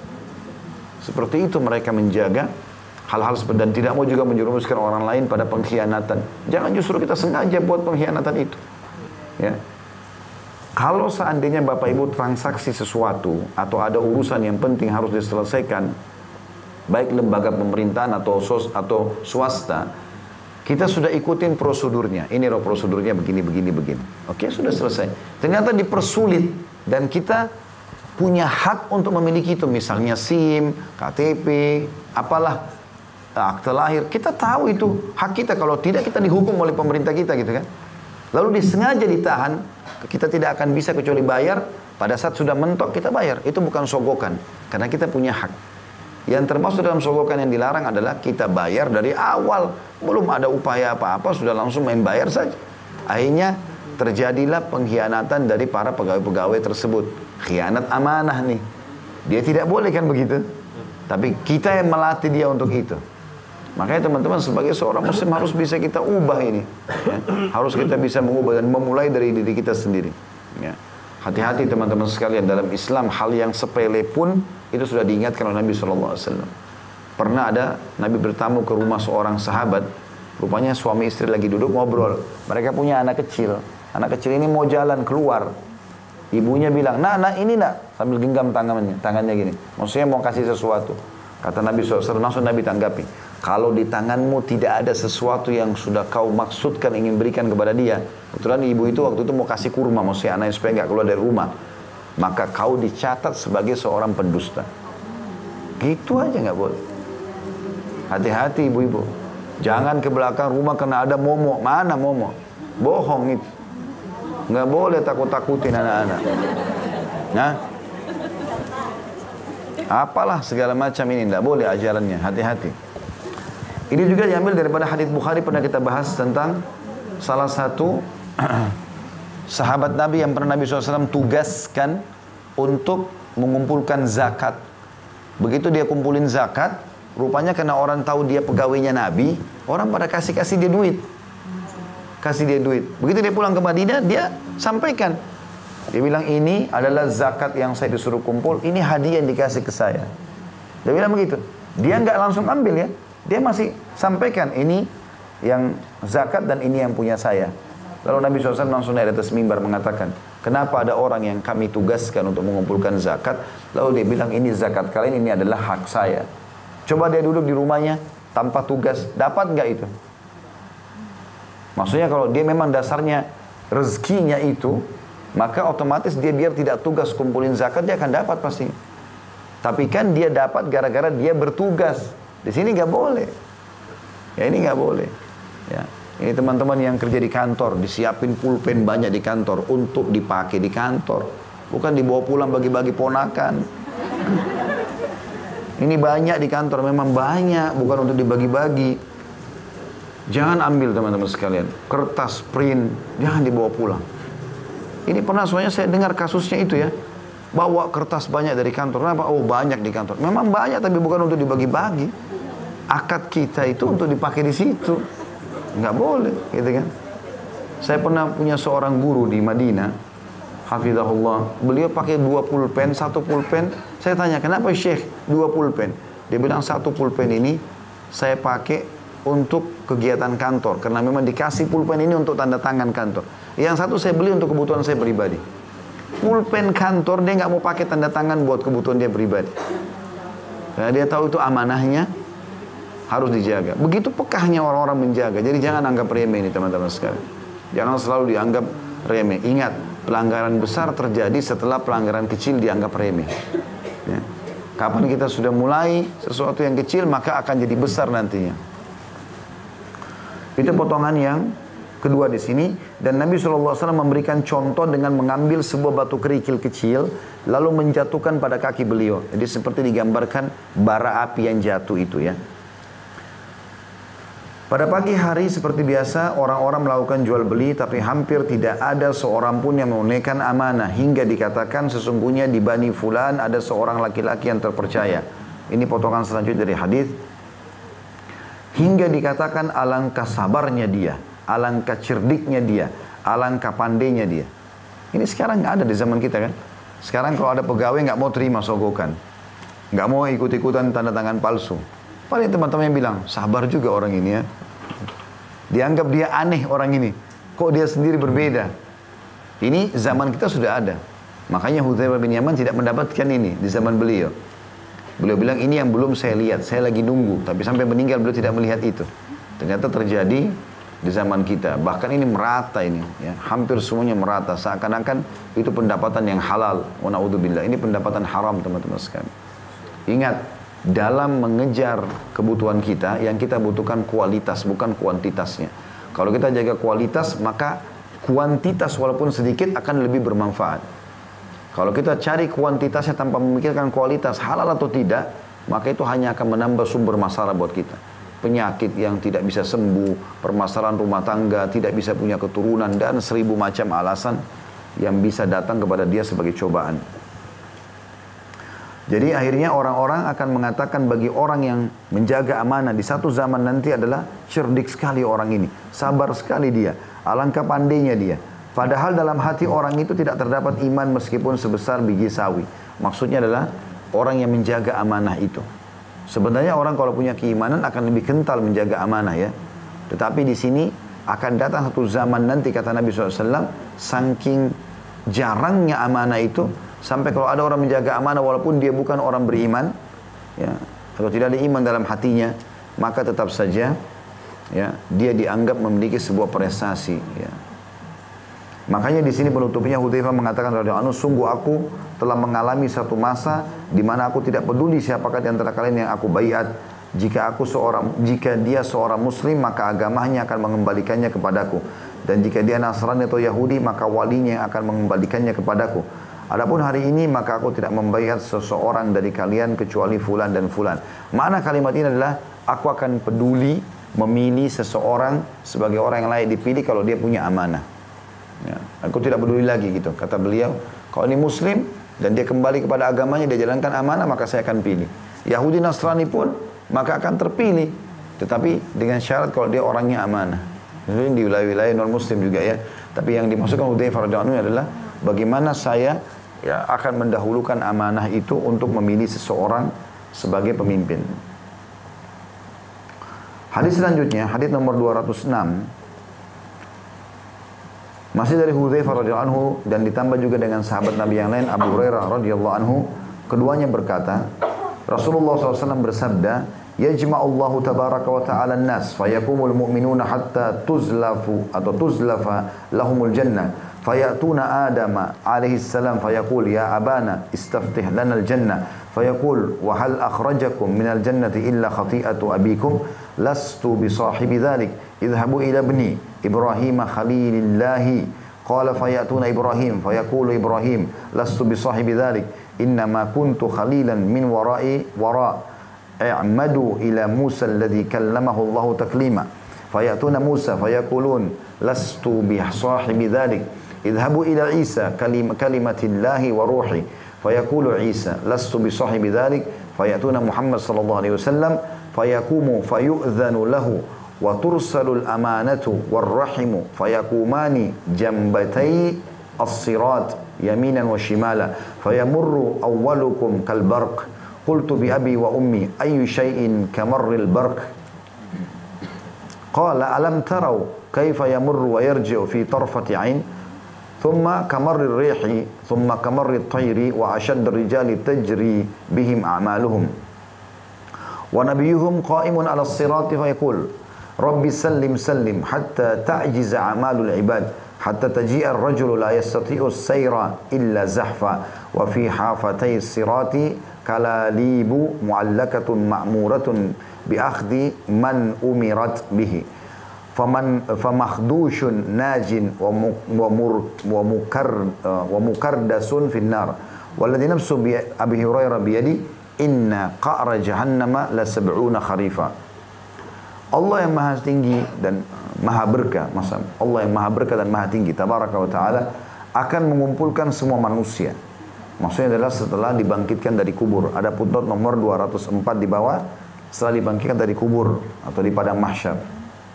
Seperti itu mereka menjaga hal-hal seperti, dan tidak mau juga menjerumuskan orang lain pada pengkhianatan. Jangan justru kita sengaja buat pengkhianatan itu. Ya. Kalau seandainya Bapak Ibu transaksi sesuatu atau ada urusan yang penting harus diselesaikan, baik lembaga pemerintahan atau swasta, kita sudah ikutin prosedurnya. Ini loh prosedurnya begini. Oke, sudah selesai. Ternyata dipersulit dan kita punya hak untuk memiliki itu. Misalnya SIM, KTP, apalah, akte lahir. Kita tahu itu hak kita. Kalau tidak kita dihukum oleh pemerintah kita gitu kan. Lalu disengaja ditahan, kita tidak akan bisa kecuali bayar. Pada saat sudah mentok kita bayar. Itu bukan sogokan, karena kita punya hak. Yang termasuk dalam sogokan yang dilarang adalah kita bayar dari awal. Belum ada upaya apa-apa, sudah langsung main bayar saja. Akhirnya terjadilah pengkhianatan dari para pegawai-pegawai tersebut. Khianat amanah nih. Dia tidak boleh kan begitu. Tapi kita yang melatih dia untuk itu. Makanya teman-teman sebagai seorang muslim harus bisa kita ubah ini. Ya. Harus kita bisa mengubah dan memulai dari diri kita sendiri. Ya. Hati-hati teman-teman sekalian, dalam Islam hal yang sepele pun itu sudah diingatkan oleh Nabi SAW. Pernah ada Nabi bertamu ke rumah seorang sahabat. Rupanya suami istri lagi duduk ngobrol. Mereka punya anak kecil. Anak kecil ini mau jalan keluar. Ibunya bilang, nah ini nak. Sambil genggam tangannya gini. Maksudnya mau kasih sesuatu. Kata Nabi SAW, langsung Nabi tanggapi. Kalau di tanganmu tidak ada sesuatu yang sudah kau maksudkan ingin berikan kepada dia. Kebetulan ibu itu waktu itu mau kasih kurma, maksudnya anaknya supaya nggak keluar dari rumah. Maka kau dicatat sebagai seorang pendusta. Gitu aja nggak boleh. Hati-hati ibu-ibu. Jangan ke belakang rumah karena ada momok. Mana momok? Bohong itu. Nggak boleh takut-takutin anak-anak. Nah, apalah segala macam ini nggak boleh ajarannya. Hati-hati. Ini juga diambil daripada hadits Bukhari, pernah kita bahas tentang salah satu sahabat Nabi yang pernah Nabi SAW tugaskan untuk mengumpulkan zakat. Begitu dia kumpulin zakat, rupanya karena orang tahu dia pegawainya Nabi, orang pada kasih dia duit. Kasih dia duit. Begitu dia pulang ke Madinah, dia sampaikan. Dia bilang, ini adalah zakat yang saya disuruh kumpul, ini hadiah yang dikasih ke saya. Dia bilang begitu. Dia nggak langsung ambil ya. Dia masih sampaikan, ini yang zakat dan ini yang punya saya. Lalu Nabi SAW langsung naik atas mimbar mengatakan, kenapa ada orang yang kami tugaskan untuk mengumpulkan zakat, lalu dia bilang ini zakat kalian, ini adalah hak saya. Coba dia duduk di rumahnya tanpa tugas, dapat nggak itu? Maksudnya kalau dia memang dasarnya rezekinya itu, maka otomatis dia biar tidak tugas kumpulin zakat, dia akan dapat pasti. Tapi kan dia dapat gara-gara dia bertugas. Di sini nggak boleh. Ya ini nggak boleh. Ya. Ini teman-teman yang kerja di kantor, disiapin pulpen banyak di kantor untuk dipakai di kantor. Bukan dibawa pulang bagi-bagi ponakan. Ini banyak di kantor, memang banyak, bukan untuk dibagi-bagi. Jangan ambil teman-teman sekalian, kertas print, jangan dibawa pulang. Ini pernah soalnya saya dengar kasusnya itu ya. Bawa kertas banyak dari kantor. Kenapa? Oh banyak di kantor. Memang banyak tapi bukan untuk dibagi-bagi. Akad kita itu untuk dipakai di situ. Nggak boleh, gitu kan. Saya pernah punya seorang guru di Madinah. hafizahullah, beliau pakai 2 pulpen, 1 pulpen. Saya tanya, kenapa Syekh 2 pulpen? Dia bilang 1 pulpen ini saya pakai untuk kegiatan kantor, karena memang dikasih pulpen ini untuk tanda tangan kantor. Yang satu saya beli untuk kebutuhan saya pribadi. Pulpen kantor dia nggak mau pakai tanda tangan buat kebutuhan dia pribadi. Karena dia tahu itu amanahnya harus dijaga. Begitu pekahnya orang-orang menjaga. Jadi jangan anggap remeh ini teman-teman sekalian. Jangan selalu dianggap remeh. Ingat, pelanggaran besar terjadi setelah pelanggaran kecil dianggap remeh. Ya. Kapan kita sudah mulai sesuatu yang kecil, maka akan jadi besar nantinya. Itu potongan yang kedua di sini. Dan Nabi SAW memberikan contoh dengan mengambil sebuah batu kerikil kecil, lalu menjatuhkan pada kaki beliau. Jadi seperti digambarkan bara api yang jatuh itu ya. Pada pagi hari seperti biasa, orang-orang melakukan jual beli, tapi hampir tidak ada seorang pun yang menunaikan amanah. Hingga dikatakan sesungguhnya di Bani Fulan ada seorang laki-laki yang terpercaya. Ini potongan selanjutnya dari hadis. Hingga dikatakan alangkah sabarnya dia, alangkah cerdiknya dia, alangkah pandainya dia. Ini sekarang nggak ada di zaman kita kan. Sekarang kalau ada pegawai nggak mau terima sogokan, nggak mau ikut-ikutan tanda tangan palsu. Paling teman-teman yang bilang, sabar juga orang ini ya. Dianggap dia aneh orang ini. Kok dia sendiri berbeda? Ini zaman kita sudah ada. Makanya Hudzaifah bin Yaman tidak mendapatkan ini di zaman beliau. Beliau bilang, ini yang belum saya lihat. Saya lagi nunggu. Tapi sampai meninggal beliau tidak melihat itu. Ternyata terjadi di zaman kita. Bahkan ini merata ini. Ya. Hampir semuanya merata. Seakan-akan itu pendapatan yang halal. Wa na'udzubillah. Ini pendapatan haram teman-teman sekalian. Ingat, dalam mengejar kebutuhan kita, yang kita butuhkan kualitas, bukan kuantitasnya. Kalau kita jaga kualitas, maka kuantitas walaupun sedikit akan lebih bermanfaat. Kalau kita cari kuantitasnya tanpa memikirkan kualitas, halal atau tidak, maka itu hanya akan menambah sumber masalah buat kita. Penyakit yang tidak bisa sembuh, permasalahan rumah tangga, tidak bisa punya keturunan, dan 1000 macam alasan yang bisa datang kepada dia sebagai cobaan. Jadi akhirnya orang-orang akan mengatakan bagi orang yang menjaga amanah di satu zaman nanti adalah cerdik sekali orang ini. Sabar sekali dia. Alangkah pandainya dia. Padahal dalam hati orang itu tidak terdapat iman meskipun sebesar biji sawi. Maksudnya adalah orang yang menjaga amanah itu. Sebenarnya orang kalau punya keimanan akan lebih kental menjaga amanah ya. Tetapi di sini akan datang satu zaman nanti kata Nabi SAW. Saking jarangnya amanah itu. Sampai kalau ada orang menjaga amanah walaupun dia bukan orang beriman, ya, atau tidak ada iman dalam hatinya, maka tetap saja ya, dia dianggap memiliki sebuah prestasi. Ya. Makanya di sini penutupnya Hudzaifah mengatakan, sungguh aku telah mengalami satu masa di mana aku tidak peduli siapakah di antara kalian yang aku baiat. Jika dia seorang Muslim, maka agamanya akan mengembalikannya kepadaku. Dan jika dia Nasrani atau Yahudi, maka walinya yang akan mengembalikannya kepadaku. Adapun hari ini maka aku tidak membayar seseorang dari kalian kecuali fulan dan fulan. Makna kalimat ini adalah aku akan peduli memilih seseorang sebagai orang yang layak dipilih kalau dia punya amanah. Ya, aku tidak peduli lagi gitu. Kata beliau, kalau ini Muslim dan dia kembali kepada agamanya, dia jalankan amanah, maka saya akan pilih. Yahudi Nasrani pun maka akan terpilih. Tetapi dengan syarat kalau dia orangnya amanah. Ini di wilayah-wilayah non-Muslim juga ya. Tapi yang dimaksudkan Hudzaifah radhiyallahu anhu adalah bagaimana saya ya akan mendahulukan amanah itu untuk memilih seseorang sebagai pemimpin. Hadis selanjutnya, hadis nomor 206. Masih dari Hudzaifah radhiyallahu anhu dan ditambah juga dengan sahabat Nabi yang lain Abu Hurairah radhiyallahu anhu, keduanya berkata, Rasulullah SAW bersabda, "Yajma'ullahu tabaraka wa ta'ala an-nas, fayakumul mu'minuna hatta tuzlafa lahumul jannah." فيأتون آدم عليه السلام فيقول يا أبانا استفتح لنا الجنة فيقول وهل أخرجكم من الجنة إلا خطيئة أبيكم لست بصاحب ذلك اذهبوا إلى ابني إبراهيم خليل الله قال فيأتون إبراهيم فيقول إبراهيم لست بصاحب ذلك إنما كنت خليلا من وراء اعمدوا إلى موسى الذي كلمه الله تكليما فيأتون موسى فيقولون لست بصاحب ذلك اذهبوا إلى عيسى كلمة الله وروحي فيقول عيسى لست بصاحب ذلك فيأتون محمد صلى الله عليه وسلم فيقوم فيؤذن له وترسل الأمانة والرحم فيقومان as-sirat yaminan wa shimala fayamurru awwalukum kal barq qultu bi abi wa ummi ayyu shay'in kamarril barq qala alam taraw kaifa yamurru wa yarji'u fi tarfati 'ain thumma kamarrir rihi thumma kamarrit tayri wa ashaddur rijali tajri bihim a'maluhum wa nabiyuhum qa'imun 'ala as-sirati fa yaqul rabbi sallim sallim hatta ta'jiza a'malul ibad hatta taji'a ar-rajulu la yastati'u as-sayra illa zahfa wa fi hafatay as-sirati kalalibu mu'allakatun ma'muratun bi akhdhi man umirat bihi famakdushun najin wa mukardasun finnar walladhi nafsu bi Abi Hurairah biyadi inna qa'ra jahannama la sab'una kharifa. Allah yang maha tinggi dan maha berkah, Allah yang maha berkah dan maha tinggi tabaraka wa ta'ala akan mengumpulkan semua manusia. Maksudnya adalah setelah dibangkitkan dari kubur. Ada putnot nomor 204 di bawah, setelah dibangkitkan dari kubur atau di padang mahsyar.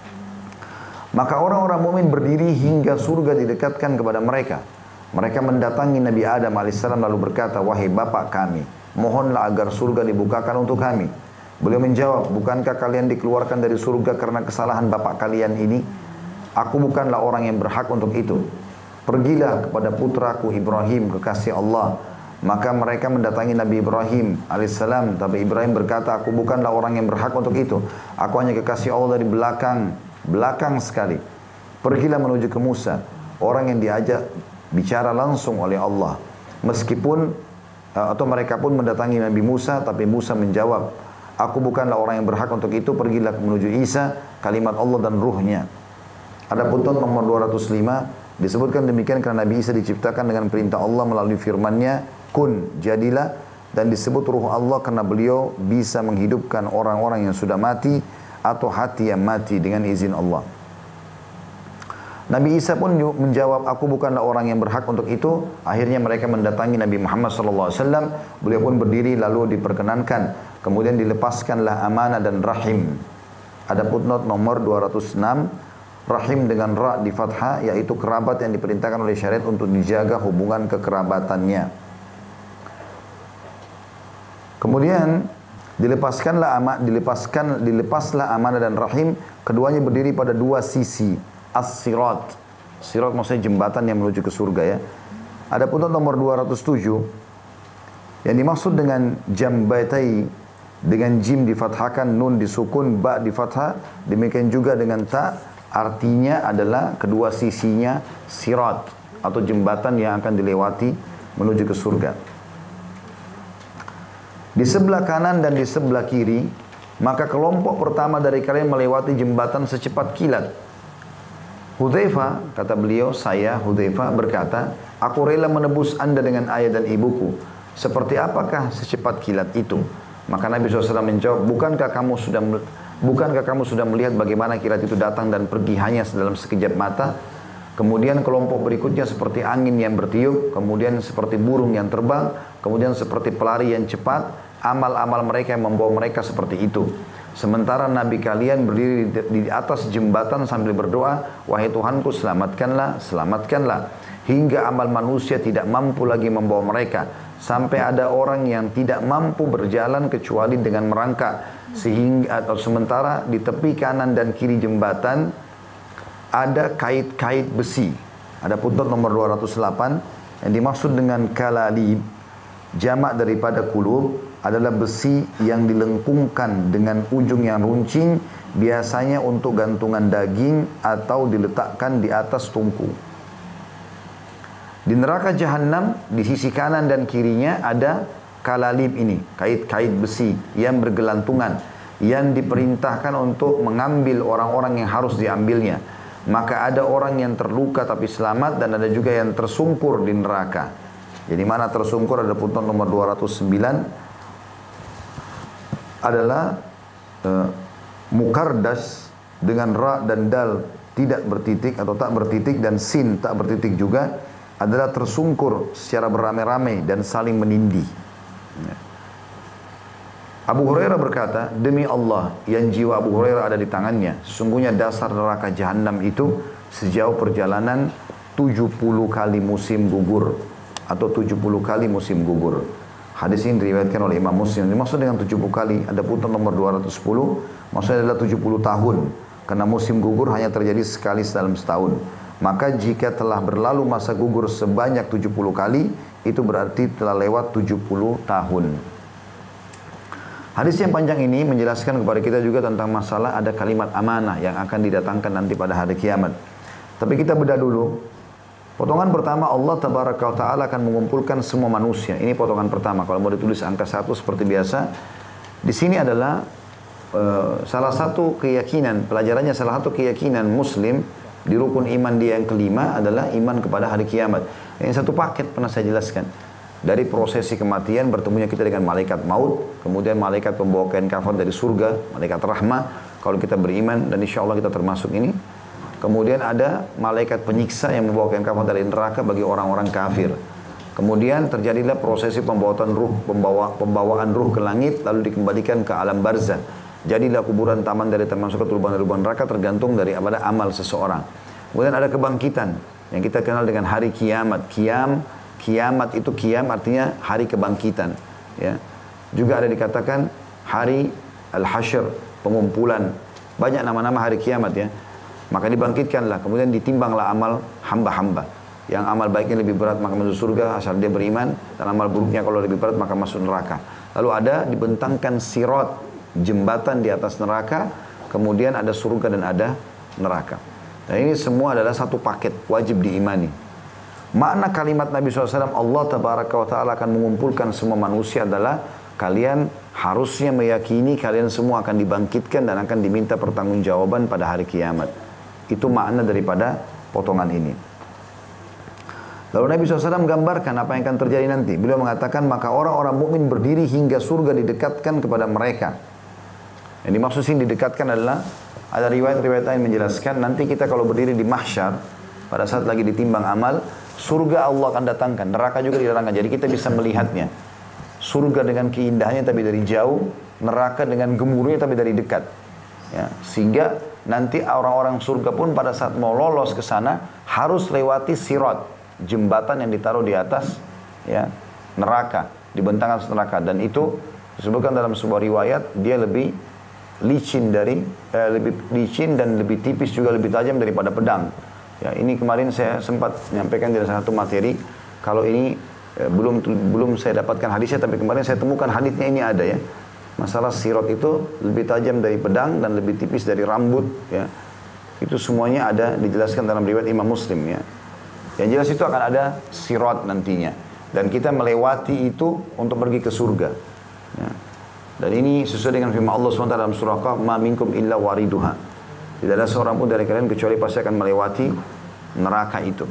Maka orang-orang mukmin berdiri hingga surga didekatkan kepada mereka. Mereka mendatangi Nabi Adam AS lalu berkata, wahai bapak kami, mohonlah agar surga dibukakan untuk kami. Beliau menjawab, bukankah kalian dikeluarkan dari surga karena kesalahan bapak kalian ini? Aku bukanlah orang yang berhak untuk itu. Pergilah kepada putraku Ibrahim, kekasih Allah. Maka mereka mendatangi Nabi Ibrahim AS. Tapi Ibrahim berkata, aku bukanlah orang yang berhak untuk itu. Aku hanya kekasih Allah dari belakang sekali. Pergilah menuju ke Musa, orang yang diajak bicara langsung oleh Allah. Meskipun atau mereka pun mendatangi Nabi Musa, tapi Musa menjawab, aku bukanlah orang yang berhak untuk itu. Pergilah menuju Isa, kalimat Allah dan ruhnya. Ada putnot nomor 205 disebutkan demikian karena Nabi Isa diciptakan dengan perintah Allah melalui firman-Nya, kun, jadilah, dan disebut ruh Allah karena beliau bisa menghidupkan orang-orang yang sudah mati atau hati yang mati dengan izin Allah. Nabi Isa pun menjawab, aku bukanlah orang yang berhak untuk itu. Akhirnya mereka mendatangi Nabi Muhammad SAW. Beliau pun berdiri lalu diperkenankan. Kemudian dilepaskanlah amanah dan rahim. Ada footnote nomor 206. Rahim dengan ra di fathah, yaitu kerabat yang diperintahkan oleh syariat untuk dijaga hubungan kekerabatannya. Kemudian dilepaslah amanah dan rahim. Keduanya berdiri pada dua sisi as-sirat. Sirat maksudnya jembatan yang menuju ke surga ya. Ada pun nomor 207 yang dimaksud dengan jambatai dengan jim difathahkan, nun disukun, ba di fathah, demikian juga dengan ta, artinya adalah kedua sisinya sirat atau jembatan yang akan dilewati menuju ke surga. Di sebelah kanan dan di sebelah kiri, maka kelompok pertama dari kalian melewati jembatan secepat kilat. Hudzaifah, kata beliau, saya Hudzaifah berkata, aku rela menebus anda dengan ayah dan ibuku. Seperti apakah secepat kilat itu? Maka Nabi SAW menjawab, bukankah kamu sudah melihat bagaimana kilat itu datang dan pergi hanya dalam sekejap mata? Kemudian kelompok berikutnya seperti angin yang bertiup, kemudian seperti burung yang terbang, kemudian seperti pelari yang cepat. Amal-amal mereka yang membawa mereka seperti itu. Sementara Nabi kalian berdiri di atas jembatan sambil berdoa, wahai Tuhanku selamatkanlah, selamatkanlah. Hingga amal manusia tidak mampu lagi membawa mereka. Sampai ada orang yang tidak mampu berjalan kecuali dengan merangkak. Sehingga atau sementara di tepi kanan dan kiri jembatan ada kait-kait besi. Ada putnot nomor 208 yang dimaksud dengan kalalib, jamak daripada kulub, adalah besi yang dilengkungkan dengan ujung yang runcing, biasanya untuk gantungan daging atau diletakkan di atas tungku. Di neraka jahanam, di sisi kanan dan kirinya ada kalalib ini, kait-kait besi yang bergelantungan, yang diperintahkan untuk mengambil orang-orang yang harus diambilnya. Maka ada orang yang terluka tapi selamat, dan ada juga yang tersungkur di neraka. Jadi mana tersungkur, ada putnot nomor 209 adalah mukardas dengan ra dan dal tidak bertitik atau tak bertitik, dan sin tak bertitik juga, adalah tersungkur secara beramai-ramai dan saling menindih. Abu Hurairah berkata, demi Allah yang jiwa Abu Hurairah ada di tangannya, sesungguhnya dasar neraka jahanam itu sejauh perjalanan 70 kali musim gugur atau 70 kali musim gugur. Hadis ini diriwayatkan oleh Imam Muslim. Dimaksud dengan 70 kali, ada putun nomor 210, maksudnya adalah 70 tahun. Karena musim gugur hanya terjadi sekali dalam setahun. Maka jika telah berlalu masa gugur sebanyak 70 kali, itu berarti telah lewat 70 tahun. Hadis yang panjang ini menjelaskan kepada kita juga tentang masalah ada kalimat amanah yang akan didatangkan nanti pada hari kiamat. Tapi kita bedah dulu. Potongan pertama, Allah Tabaraka wa Ta'ala akan mengumpulkan semua manusia. Ini potongan pertama. Kalau mau ditulis angka 1 seperti biasa. Di sini adalah salah satu keyakinan, pelajarannya salah satu keyakinan Muslim di rukun iman dia yang kelima adalah iman kepada hari kiamat. Yang satu paket pernah saya jelaskan. Dari prosesi kematian bertemunya kita dengan malaikat maut, kemudian malaikat pembawa kain kafan dari surga, malaikat rahmah, kalau kita beriman dan insya Allah kita termasuk ini. Kemudian ada malaikat penyiksa yang membawa kain kafan dari neraka bagi orang-orang kafir. Kemudian terjadilah prosesi pembawaan ruh ke langit lalu dikembalikan ke alam barzah. Jadilah kuburan taman dari termasuk ke lubang-lubang neraka tergantung dari amal seseorang. Kemudian ada kebangkitan yang kita kenal dengan hari kiamat. Kiamat itu qiyam artinya hari kebangkitan. Ya. Juga ada dikatakan hari al-hasyr, pengumpulan. Banyak nama-nama hari kiamat ya. Maka dibangkitkanlah, kemudian ditimbanglah amal hamba-hamba. Yang amal baiknya lebih berat maka masuk surga asal dia beriman, dan amal buruknya kalau lebih berat maka masuk neraka. Lalu ada dibentangkan sirat, jembatan di atas neraka, kemudian ada surga dan ada neraka. Dan ini semua adalah satu paket, wajib diimani. Makna kalimat Nabi SAW, Allah Tabaraka wa Ta'ala akan mengumpulkan semua manusia adalah kalian harusnya meyakini kalian semua akan dibangkitkan dan akan diminta pertanggungjawaban pada hari kiamat. Itu makna daripada potongan ini. Lalu Nabi SAW menggambarkan apa yang akan terjadi nanti. Beliau mengatakan, maka orang-orang mukmin berdiri hingga surga didekatkan kepada mereka. Yang dimaksud sini didekatkan adalah, ada riwayat-riwayat lain menjelaskan, nanti kita kalau berdiri di mahsyar, pada saat lagi ditimbang amal, surga Allah akan datangkan, neraka juga didatangkan. Jadi kita bisa melihatnya. Surga dengan keindahannya tapi dari jauh, neraka dengan gemuruhnya tapi dari dekat. Ya, sehingga nanti orang-orang surga pun pada saat mau lolos ke sana, harus lewati sirat, jembatan yang ditaruh di atas ya, neraka, dibentang atas neraka. Dan itu disebutkan dalam sebuah riwayat, dia lebih licin lebih licin dan lebih tipis juga lebih tajam daripada pedang. Ya, ini kemarin saya sempat menyampaikan di salah satu materi. Kalau ini belum saya dapatkan hadisnya, tapi kemarin saya temukan hadisnya ini ada ya. Masalah sirat itu lebih tajam dari pedang dan lebih tipis dari rambut. Ya, itu semuanya ada dijelaskan dalam riwayat Imam Muslim ya. Yang jelas itu akan ada sirat nantinya, dan kita melewati itu untuk pergi ke surga. Ya. Dan ini sesuai dengan firman Allah SWT dalam surah Qaf, "Ma minkum illa wariduha." Tidak ada seorang pun dari kalian kecuali pasti akan melewati neraka itu.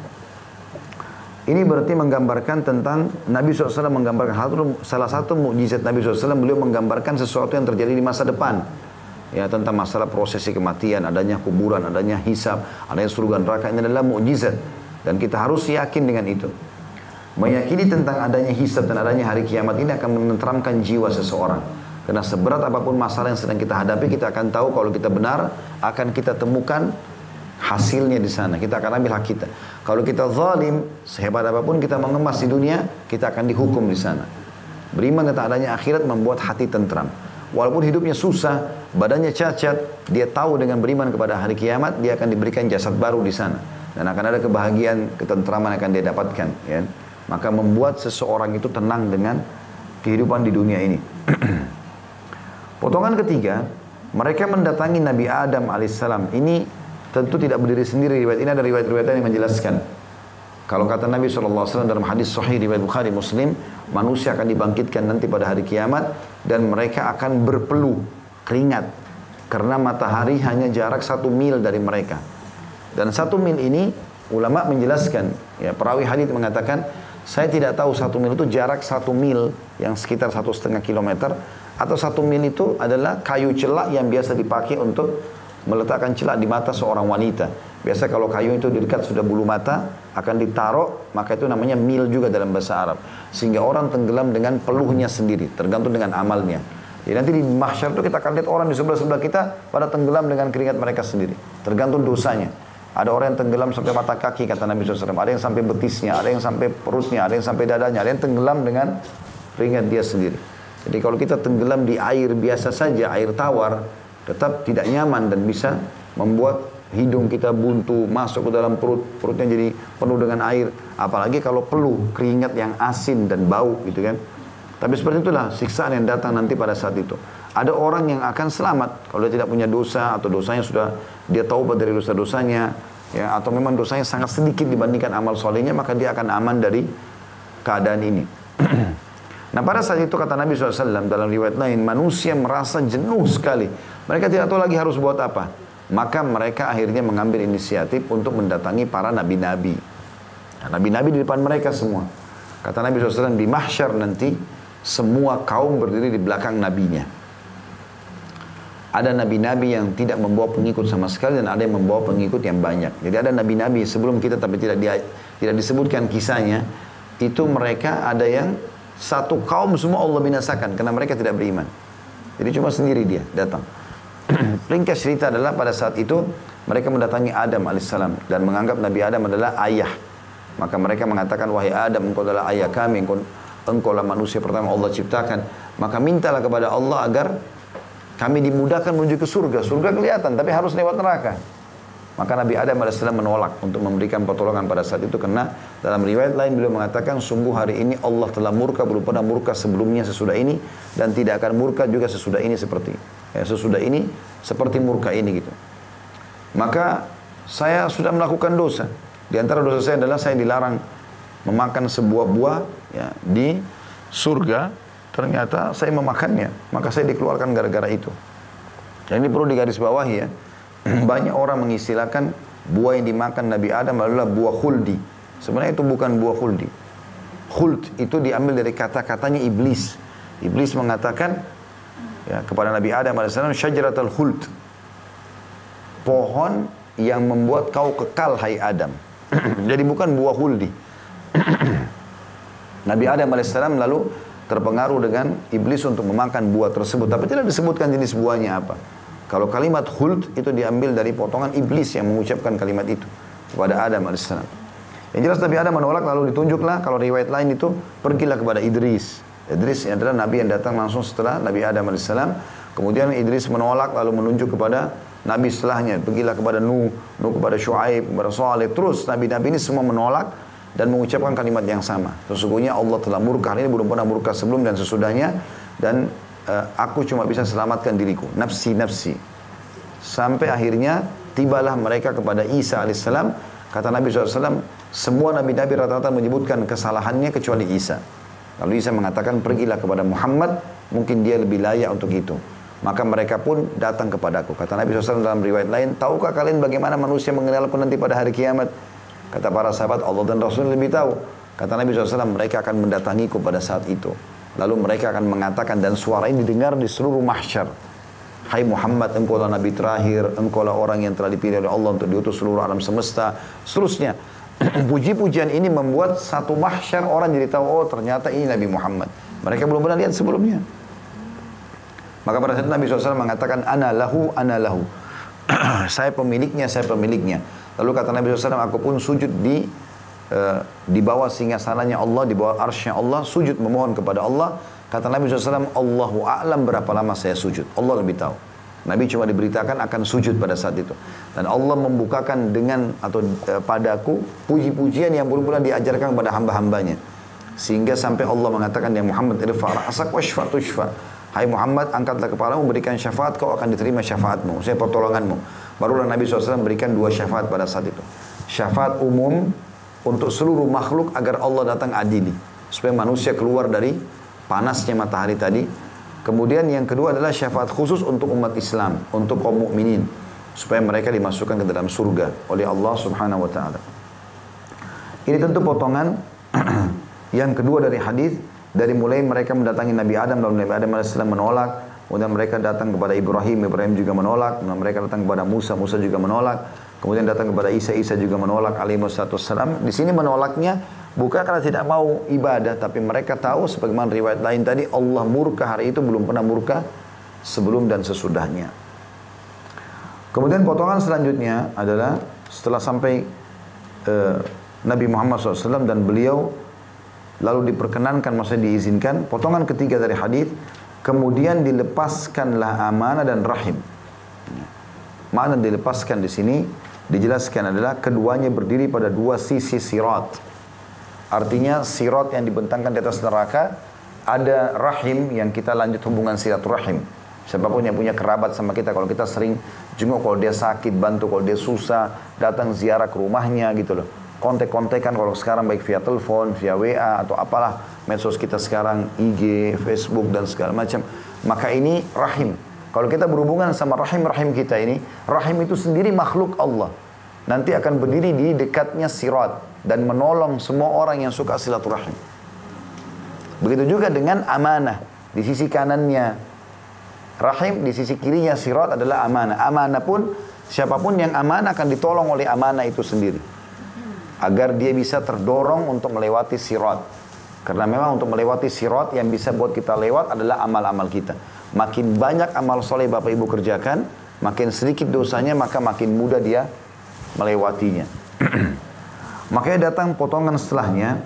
Ini berarti menggambarkan tentang Nabi SAW menggambarkan salah satu mukjizat Nabi SAW, beliau menggambarkan sesuatu yang terjadi di masa depan. Ya, tentang masalah prosesi kematian, adanya kuburan, adanya hisab, adanya surga neraka, ini adalah mukjizat. Dan kita harus yakin dengan itu. Meyakini tentang adanya hisab dan adanya hari kiamat ini akan menenteramkan jiwa seseorang. Karena seberat apapun masalah yang sedang kita hadapi, kita akan tahu kalau kita benar, akan kita temukan hasilnya di sana. Kita akan ambil hak kita. Kalau kita zalim, sehebat apapun kita mengemas di dunia, kita akan dihukum di sana. Beriman tentang adanya akhirat membuat hati tentram. Walaupun hidupnya susah, badannya cacat, dia tahu dengan beriman kepada hari kiamat, dia akan diberikan jasad baru di sana. Dan akan ada kebahagiaan, ketentraman yang akan dia dapatkan. Ya. Maka membuat seseorang itu tenang dengan kehidupan di dunia ini. Potongan ketiga, mereka mendatangi Nabi Adam alaihissalam. Ini tentu tidak berdiri sendiri. Riwayat ini ada riwayat-riwayat yang menjelaskan. Kalau kata Nabi SAW dalam hadis sahih riwayat Bukhari Muslim, manusia akan dibangkitkan nanti pada hari kiamat dan mereka akan berpeluh keringat karena matahari hanya jarak 1 mil dari mereka. Dan 1 mil ini ulama menjelaskan, ya, perawi hadis mengatakan, saya tidak tahu 1 mil itu jarak 1 mil yang sekitar 1,5 kilometer, atau 1 mil itu adalah kayu celak yang biasa dipakai untuk meletakkan celak di mata seorang wanita. Biasa kalau kayu itu di dekat sudah bulu mata akan ditaruh, maka itu namanya mil juga dalam bahasa Arab. Sehingga orang tenggelam dengan peluhnya sendiri, tergantung dengan amalnya. Jadi nanti di mahsyar itu kita akan lihat orang di sebelah-sebelah kita pada tenggelam dengan keringat mereka sendiri, tergantung dosanya. Ada orang yang tenggelam sampai mata kaki, kata Nabi SAW. Ada yang sampai betisnya, ada yang sampai perutnya, ada yang sampai dadanya, ada yang tenggelam dengan keringat dia sendiri. Jadi kalau kita tenggelam di air biasa saja, air tawar, tetap tidak nyaman dan bisa membuat hidung kita buntu, masuk ke dalam perut, perutnya jadi penuh dengan air. Apalagi kalau peluh, keringat yang asin dan bau gitu kan. Tapi seperti itulah siksaan yang datang nanti pada saat itu. Ada orang yang akan selamat kalau dia tidak punya dosa atau dosanya sudah dia taubat dari dosa-dosanya, ya, atau memang dosanya sangat sedikit dibandingkan amal solehnya, maka dia akan aman dari keadaan ini. Nah pada saat itu kata Nabi SAW dalam riwayat lain, manusia merasa jenuh sekali. Mereka tidak tahu lagi harus buat apa. Maka mereka akhirnya mengambil inisiatif untuk mendatangi para nabi-nabi. Nah, nabi-nabi di depan mereka semua. Kata Nabi SAW, di mahsyar nanti semua kaum berdiri di belakang nabinya. Ada nabi-nabi yang tidak membawa pengikut sama sekali dan ada yang membawa pengikut yang banyak. Jadi ada nabi-nabi sebelum kita tapi tidak disebutkan kisahnya. Itu mereka ada yang satu kaum semua Allah binasakan karena mereka tidak beriman. Jadi cuma sendiri dia datang. Ringkas cerita adalah pada saat itu mereka mendatangi Adam alaihissalam dan menganggap Nabi Adam adalah ayah. Maka mereka mengatakan, wahai Adam, engkau adalah ayah kami, engkaulah manusia pertama Allah ciptakan. Maka mintalah kepada Allah agar kami dimudahkan menuju ke surga. Surga kelihatan, tapi harus lewat neraka. Maka Nabi Adam AS menolak untuk memberikan pertolongan pada saat itu. Karena dalam riwayat lain beliau mengatakan, sungguh hari ini Allah telah murka, belum pernah murka sebelumnya sesudah ini. Dan tidak akan murka juga sesudah ini sesudah ini seperti murka ini gitu. Maka saya sudah melakukan dosa. Di antara dosa saya adalah saya dilarang memakan sebuah buah ya, di surga. Ternyata saya memakannya, maka saya dikeluarkan gara-gara itu. Dan ini perlu digarisbawahi ya. Banyak orang mengistilahkan buah yang dimakan Nabi Adam adalah buah khuldi. Sebenarnya itu bukan buah khuldi. Khuld itu diambil dari kata-katanya iblis. Iblis mengatakan ya, kepada Nabi Adam AS, syajaratul khuld. Pohon yang membuat kau kekal hai Adam. Jadi bukan buah khuldi. Nabi Adam AS lalu terpengaruh dengan iblis untuk memakan buah tersebut. Tapi tidak disebutkan jenis buahnya apa. Kalau kalimat khuld itu diambil dari potongan iblis yang mengucapkan kalimat itu kepada Adam AS. Yang jelas Nabi Adam menolak, lalu ditunjuklah kalau riwayat lain itu pergilah kepada Idris. Idris adalah Nabi yang datang langsung setelah Nabi Adam AS. Kemudian Idris menolak lalu menunjuk kepada Nabi setelahnya. Pergilah kepada Nuh kepada Syuaib, kepada Saleh. Terus Nabi-Nabi ini semua menolak dan mengucapkan kalimat yang sama. Sesungguhnya Allah telah murka, ini belum pernah murka sebelum dan sesudahnya. Dan aku cuma bisa selamatkan diriku. Nafsi, nafsi. Sampai akhirnya tibalah mereka kepada Isa alaihissalam. Kata Nabi SAW, semua nabi-nabi rata-rata menyebutkan kesalahannya kecuali Isa. Lalu Isa mengatakan, pergilah kepada Muhammad, mungkin dia lebih layak untuk itu. Maka mereka pun datang kepadaku. Kata Nabi SAW dalam riwayat lain, tahukah kalian bagaimana manusia mengenalku nanti pada hari kiamat? Kata para sahabat, Allah dan Rasul lebih tahu. Kata Nabi SAW, mereka akan mendatangiku pada saat itu. Lalu mereka akan mengatakan, dan suara ini didengar di seluruh mahsyar. Hai Muhammad, engkaulah Nabi terakhir, engkaulah orang yang telah dipilih oleh Allah untuk diutus seluruh alam semesta. Seterusnya. Puji-pujian ini membuat satu mahsyar orang jadi tahu, oh ternyata ini Nabi Muhammad. Mereka belum pernah lihat sebelumnya. Maka pada saat Nabi SAW mengatakan, ana lahu, ana lahu. Saya pemiliknya, saya pemiliknya. Lalu kata Nabi SAW, aku pun sujud di bawah singgasananya Allah, di bawah arsy-Nya Allah, sujud memohon kepada Allah. Kata Nabi SAW, Allahu a'lam berapa lama saya sujud. Allah lebih tahu. Nabi cuma diberitakan akan sujud pada saat itu. Dan Allah membukakan dengan atau padaku puji-pujian yang belum pernah diajarkan kepada hamba-hambanya. Sehingga sampai Allah mengatakan, ya Muhammad, irfa' ra'sak washfa' tushfa'. Hai Muhammad, angkatlah kepalamu, berikan syafaat, kau akan diterima syafaatmu, saya pertolonganmu. Barulah Nabi SAW memberikan 2 syafaat pada saat itu. Syafaat umum untuk seluruh makhluk agar Allah datang adili. Supaya manusia keluar dari panasnya matahari tadi. Kemudian yang kedua adalah syafaat khusus untuk umat Islam, untuk kaum mukminin, supaya mereka dimasukkan ke dalam surga oleh Allah Subhanahu wa taala. Ini tentu potongan yang kedua dari hadis. Dari mulai mereka mendatangi Nabi Adam, lalu Nabi Adam AS menolak. Kemudian mereka datang kepada Ibrahim, Ibrahim juga menolak. Kemudian mereka datang kepada Musa, Musa juga menolak. Kemudian datang kepada Isa, Isa juga menolak alaihissalam. Di sini menolaknya bukan karena tidak mau ibadah, tapi mereka tahu sebagaimana riwayat lain tadi, Allah murka hari itu belum pernah murka sebelum dan sesudahnya. Kemudian potongan selanjutnya adalah setelah sampai Nabi Muhammad SAW dan beliau lalu diperkenankan, maksudnya diizinkan. Potongan ketiga dari hadis, kemudian dilepaskanlah amanah dan rahim. Makna dilepaskan di sini dijelaskan adalah keduanya berdiri pada dua sisi sirat. Artinya sirat yang dibentangkan di atas neraka, ada rahim yang kita lanjut hubungan silaturahim. Siapapun yang punya kerabat sama kita, kalau kita sering jenguk kalau dia sakit, bantu kalau dia susah, datang ziarah ke rumahnya gitu loh. Kontek-kontekan kalau sekarang baik via telepon, via WA atau apalah medsos kita sekarang, IG, Facebook dan segala macam. Maka ini rahim. Kalau kita berhubungan sama rahim-rahim kita ini, rahim itu sendiri makhluk Allah. Nanti akan berdiri di dekatnya sirat dan menolong semua orang yang suka silaturahim. Begitu juga dengan amanah. Di sisi kanannya rahim, di sisi kirinya sirat adalah amanah. Amanah pun, siapapun yang amanah akan ditolong oleh amanah itu sendiri. Agar dia bisa terdorong untuk melewati sirat. Karena memang untuk melewati sirat yang bisa buat kita lewat adalah amal-amal kita. Makin banyak amal soleh Bapak Ibu kerjakan, makin sedikit dosanya, maka makin mudah dia melewatinya. Makanya datang potongan setelahnya.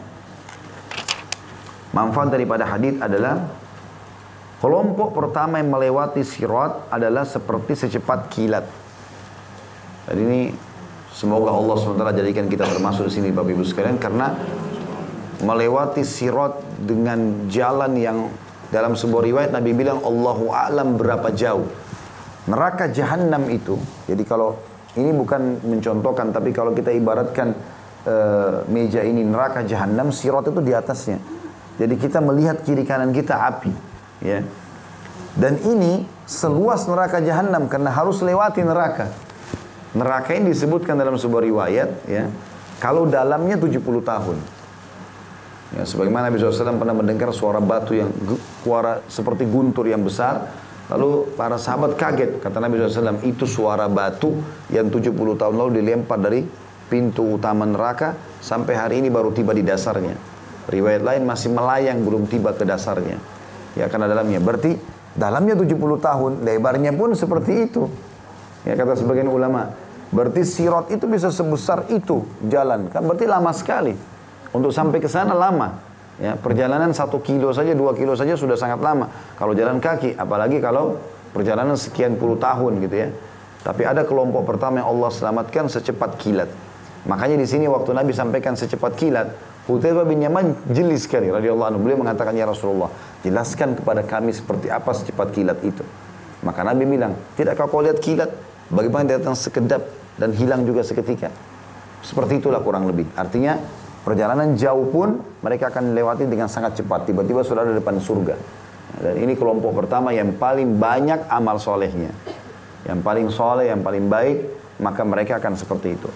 Manfaat daripada hadis adalah kelompok pertama yang melewati sirat adalah seperti secepat kilat. Jadi ini semoga Allah SWT jadikan kita termasuk di sini Bapak Ibu sekalian, karena melewati sirat dengan jalan yang dalam sebuah riwayat Nabi bilang Allahu a'lam berapa jauh. Neraka jahanam itu, jadi kalau ini bukan mencontohkan, tapi kalau kita ibaratkan meja ini neraka jahanam, sirat itu di atasnya. Jadi kita melihat kiri kanan kita api, ya. Dan ini seluas neraka jahanam karena harus lewati neraka. Neraka ini disebutkan dalam sebuah riwayat, ya. Kalau dalamnya 70 tahun. Ya, sebagaimana Nabi SAW pernah mendengar suara batu yang suara seperti guntur yang besar. Lalu para sahabat kaget, kata Nabi SAW, itu suara batu yang 70 tahun lalu dilempar dari pintu utama neraka sampai hari ini baru tiba di dasarnya. Riwayat lain masih melayang belum tiba ke dasarnya. Ya, karena dalamnya. Berarti dalamnya 70 tahun, lebarnya pun seperti itu. Ya, kata sebagian ulama. Berarti sirat itu bisa sebesar itu jalan. Kan berarti lama sekali. Untuk sampai ke sana lama. Ya, perjalanan 1 kilo saja, 2 kilo saja sudah sangat lama. Kalau jalan kaki, apalagi kalau perjalanan sekian puluh tahun gitu ya. Tapi ada kelompok pertama yang Allah selamatkan secepat kilat. Makanya di sini waktu Nabi sampaikan secepat kilat, Hudzaifah bin Yaman jeli sekali radhiyallahu anhu. Beliau mengatakan, ya Rasulullah, jelaskan kepada kami seperti apa secepat kilat itu. Maka Nabi bilang, tidakkah kau lihat kilat? Bagaimana dia datang sekedap dan hilang juga seketika. Seperti itulah kurang lebih. Artinya perjalanan jauh pun mereka akan lewati dengan sangat cepat. Tiba-tiba sudah ada di depan surga. Dan ini kelompok pertama yang paling banyak amal solehnya. Yang paling soleh, yang paling baik, maka mereka akan seperti itu.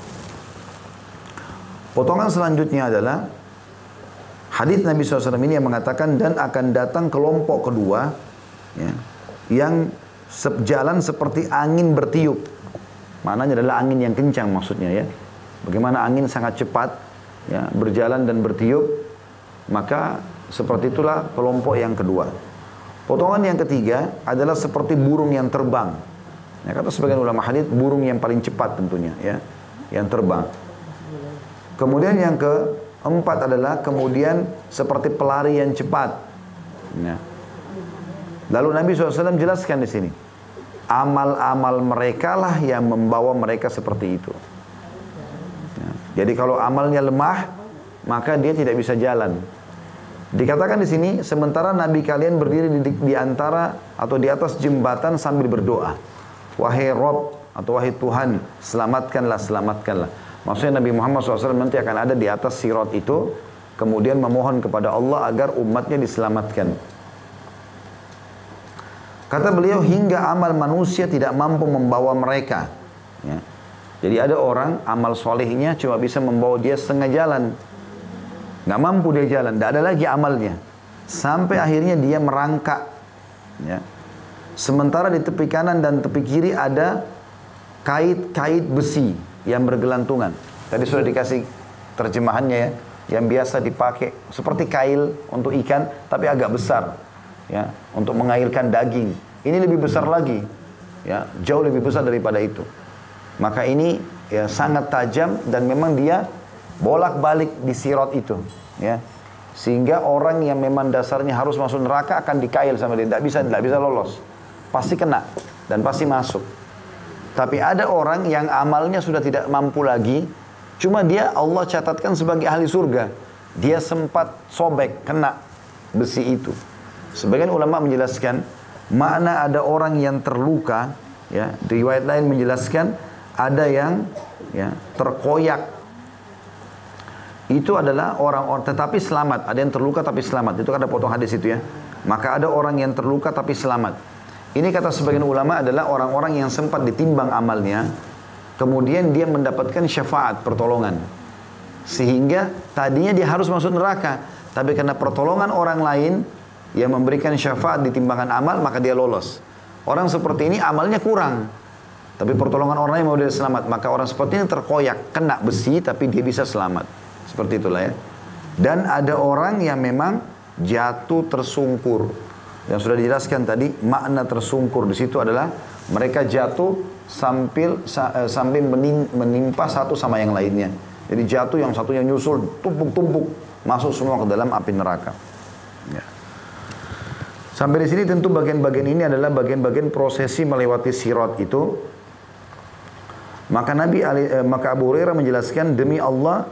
Potongan selanjutnya adalah hadis Nabi SAW ini yang mengatakan, dan akan datang kelompok kedua, ya, yang jalan seperti angin bertiup. Maknanya adalah angin yang kencang maksudnya, ya. Bagaimana angin sangat cepat, ya, berjalan dan bertiup, maka seperti itulah kelompok yang kedua. Potongan yang ketiga adalah seperti burung yang terbang. Ya, kata sebagian ulama hadis, burung yang paling cepat tentunya, ya, yang terbang. Kemudian yang keempat adalah kemudian seperti pelari yang cepat. Ya. Lalu Nabi SAW jelaskan di sini, amal-amal mereka lah yang membawa mereka seperti itu. Ya. Jadi kalau amalnya lemah, maka dia tidak bisa jalan. Dikatakan di sini, sementara Nabi kalian berdiri di antara atau di atas jembatan sambil berdoa, wahai Rabb atau wahai Tuhan, selamatkanlah, selamatkanlah. Maksudnya Nabi Muhammad SAW nanti akan ada di atas sirat itu, kemudian memohon kepada Allah agar umatnya diselamatkan. Kata beliau, hingga amal manusia tidak mampu membawa mereka. Ya. Jadi ada orang, amal solehnya cuma bisa membawa dia setengah jalan. Nggak mampu dia jalan, tidak ada lagi amalnya. Sampai akhirnya dia merangkak. Ya. Sementara di tepi kanan dan tepi kiri ada kait-kait besi yang bergelantungan. Tadi sudah dikasih terjemahannya, ya, yang biasa dipakai seperti kail untuk ikan, tapi agak besar, ya, untuk mengailkan daging. Ini lebih besar lagi, ya, jauh lebih besar daripada itu. Maka ini ya sangat tajam dan memang dia bolak-balik di sirat itu, ya. Sehingga orang yang memang dasarnya harus masuk neraka akan dikail sama dia, tidak bisa lolos. Pasti kena dan pasti masuk. Tapi ada orang yang amalnya sudah tidak mampu lagi, cuma dia Allah catatkan sebagai ahli surga. Dia sempat sobek, kena besi itu. Sebagian ulama menjelaskan, makna ada orang yang terluka, ya, riwayat lain menjelaskan ada yang ya, terkoyak. Itu adalah orang-orang tetapi selamat. Ada yang terluka tapi selamat. Itu ada potong hadis itu ya. Maka ada orang yang terluka tapi selamat. Ini kata sebagian ulama adalah orang-orang yang sempat ditimbang amalnya, kemudian dia mendapatkan syafaat, pertolongan. Sehingga tadinya dia harus masuk neraka, tapi karena pertolongan orang lain yang memberikan syafaat di timbangan amal, maka dia lolos. Orang seperti ini amalnya kurang, tapi pertolongan orang lain mau dia selamat. Maka orang seperti ini terkoyak, kena besi, tapi dia bisa selamat. Seperti itulah ya. Dan ada orang yang memang jatuh tersungkur. Yang sudah dijelaskan tadi, makna tersungkur di situ adalah mereka jatuh sambil menimpa satu sama yang lainnya. Jadi jatuh yang satunya nyusul, tumpuk-tumpuk, masuk semua ke dalam api neraka. Ya. Sampai di sini tentu bagian-bagian ini adalah bagian-bagian prosesi melewati sirat itu. Maka maka Abu Hurairah menjelaskan, demi Allah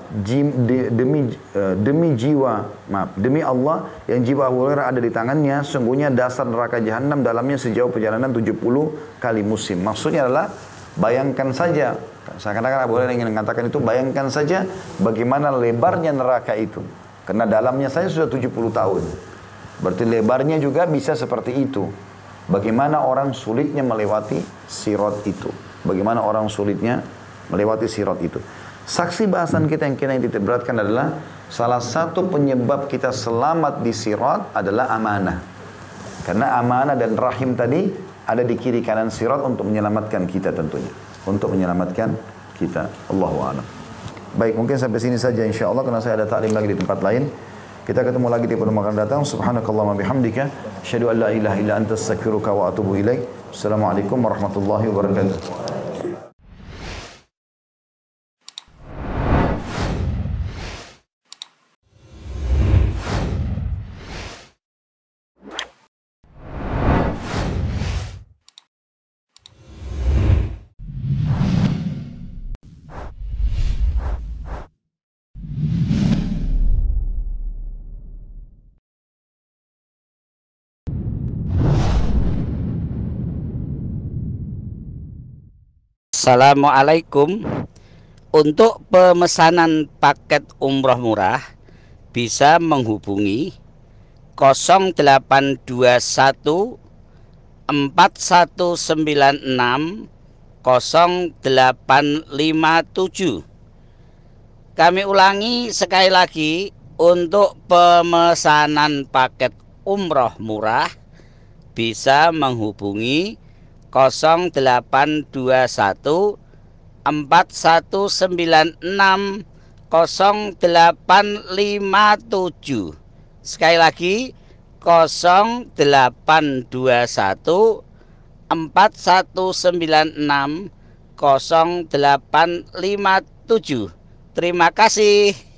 demi Allah yang jiwa Abu Hurairah ada di tangannya, sungguhnya dasar neraka jahanam dalamnya sejauh perjalanan 70 kali musim. Maksudnya adalah bayangkan saja, seakan-akan Abu Hurairah ingin mengatakan itu, bayangkan saja bagaimana lebarnya neraka itu. Karena dalamnya saja sudah 70 tahun. Berarti lebarnya juga bisa seperti itu. Bagaimana orang sulitnya melewati sirat itu. Bagaimana orang sulitnya melewati sirat itu. Saksi bahasan kita yang titik beratkan adalah salah satu penyebab kita selamat di sirat adalah amanah. Karena amanah dan rahim tadi ada di kiri kanan sirat untuk menyelamatkan kita tentunya. Untuk menyelamatkan kita. Allahu a'lam. Baik, mungkin sampai sini saja insyaallah karena saya ada taklim lagi di tempat lain. Kita ketemu lagi di pertemuan akan datang. Subhanakallahumma bihamdika asyhadu an la ilaha illa anta astaghfiruka wa atubu ilaik. Assalamualaikum warahmatullahi wabarakatuh. Assalamualaikum. Untuk pemesanan paket umroh murah bisa menghubungi 0821 4196 0857. Kami ulangi sekali lagi, untuk pemesanan paket umroh murah bisa menghubungi 0821 4196 0857. Sekali lagi 0821 4196 0857. Terima kasih.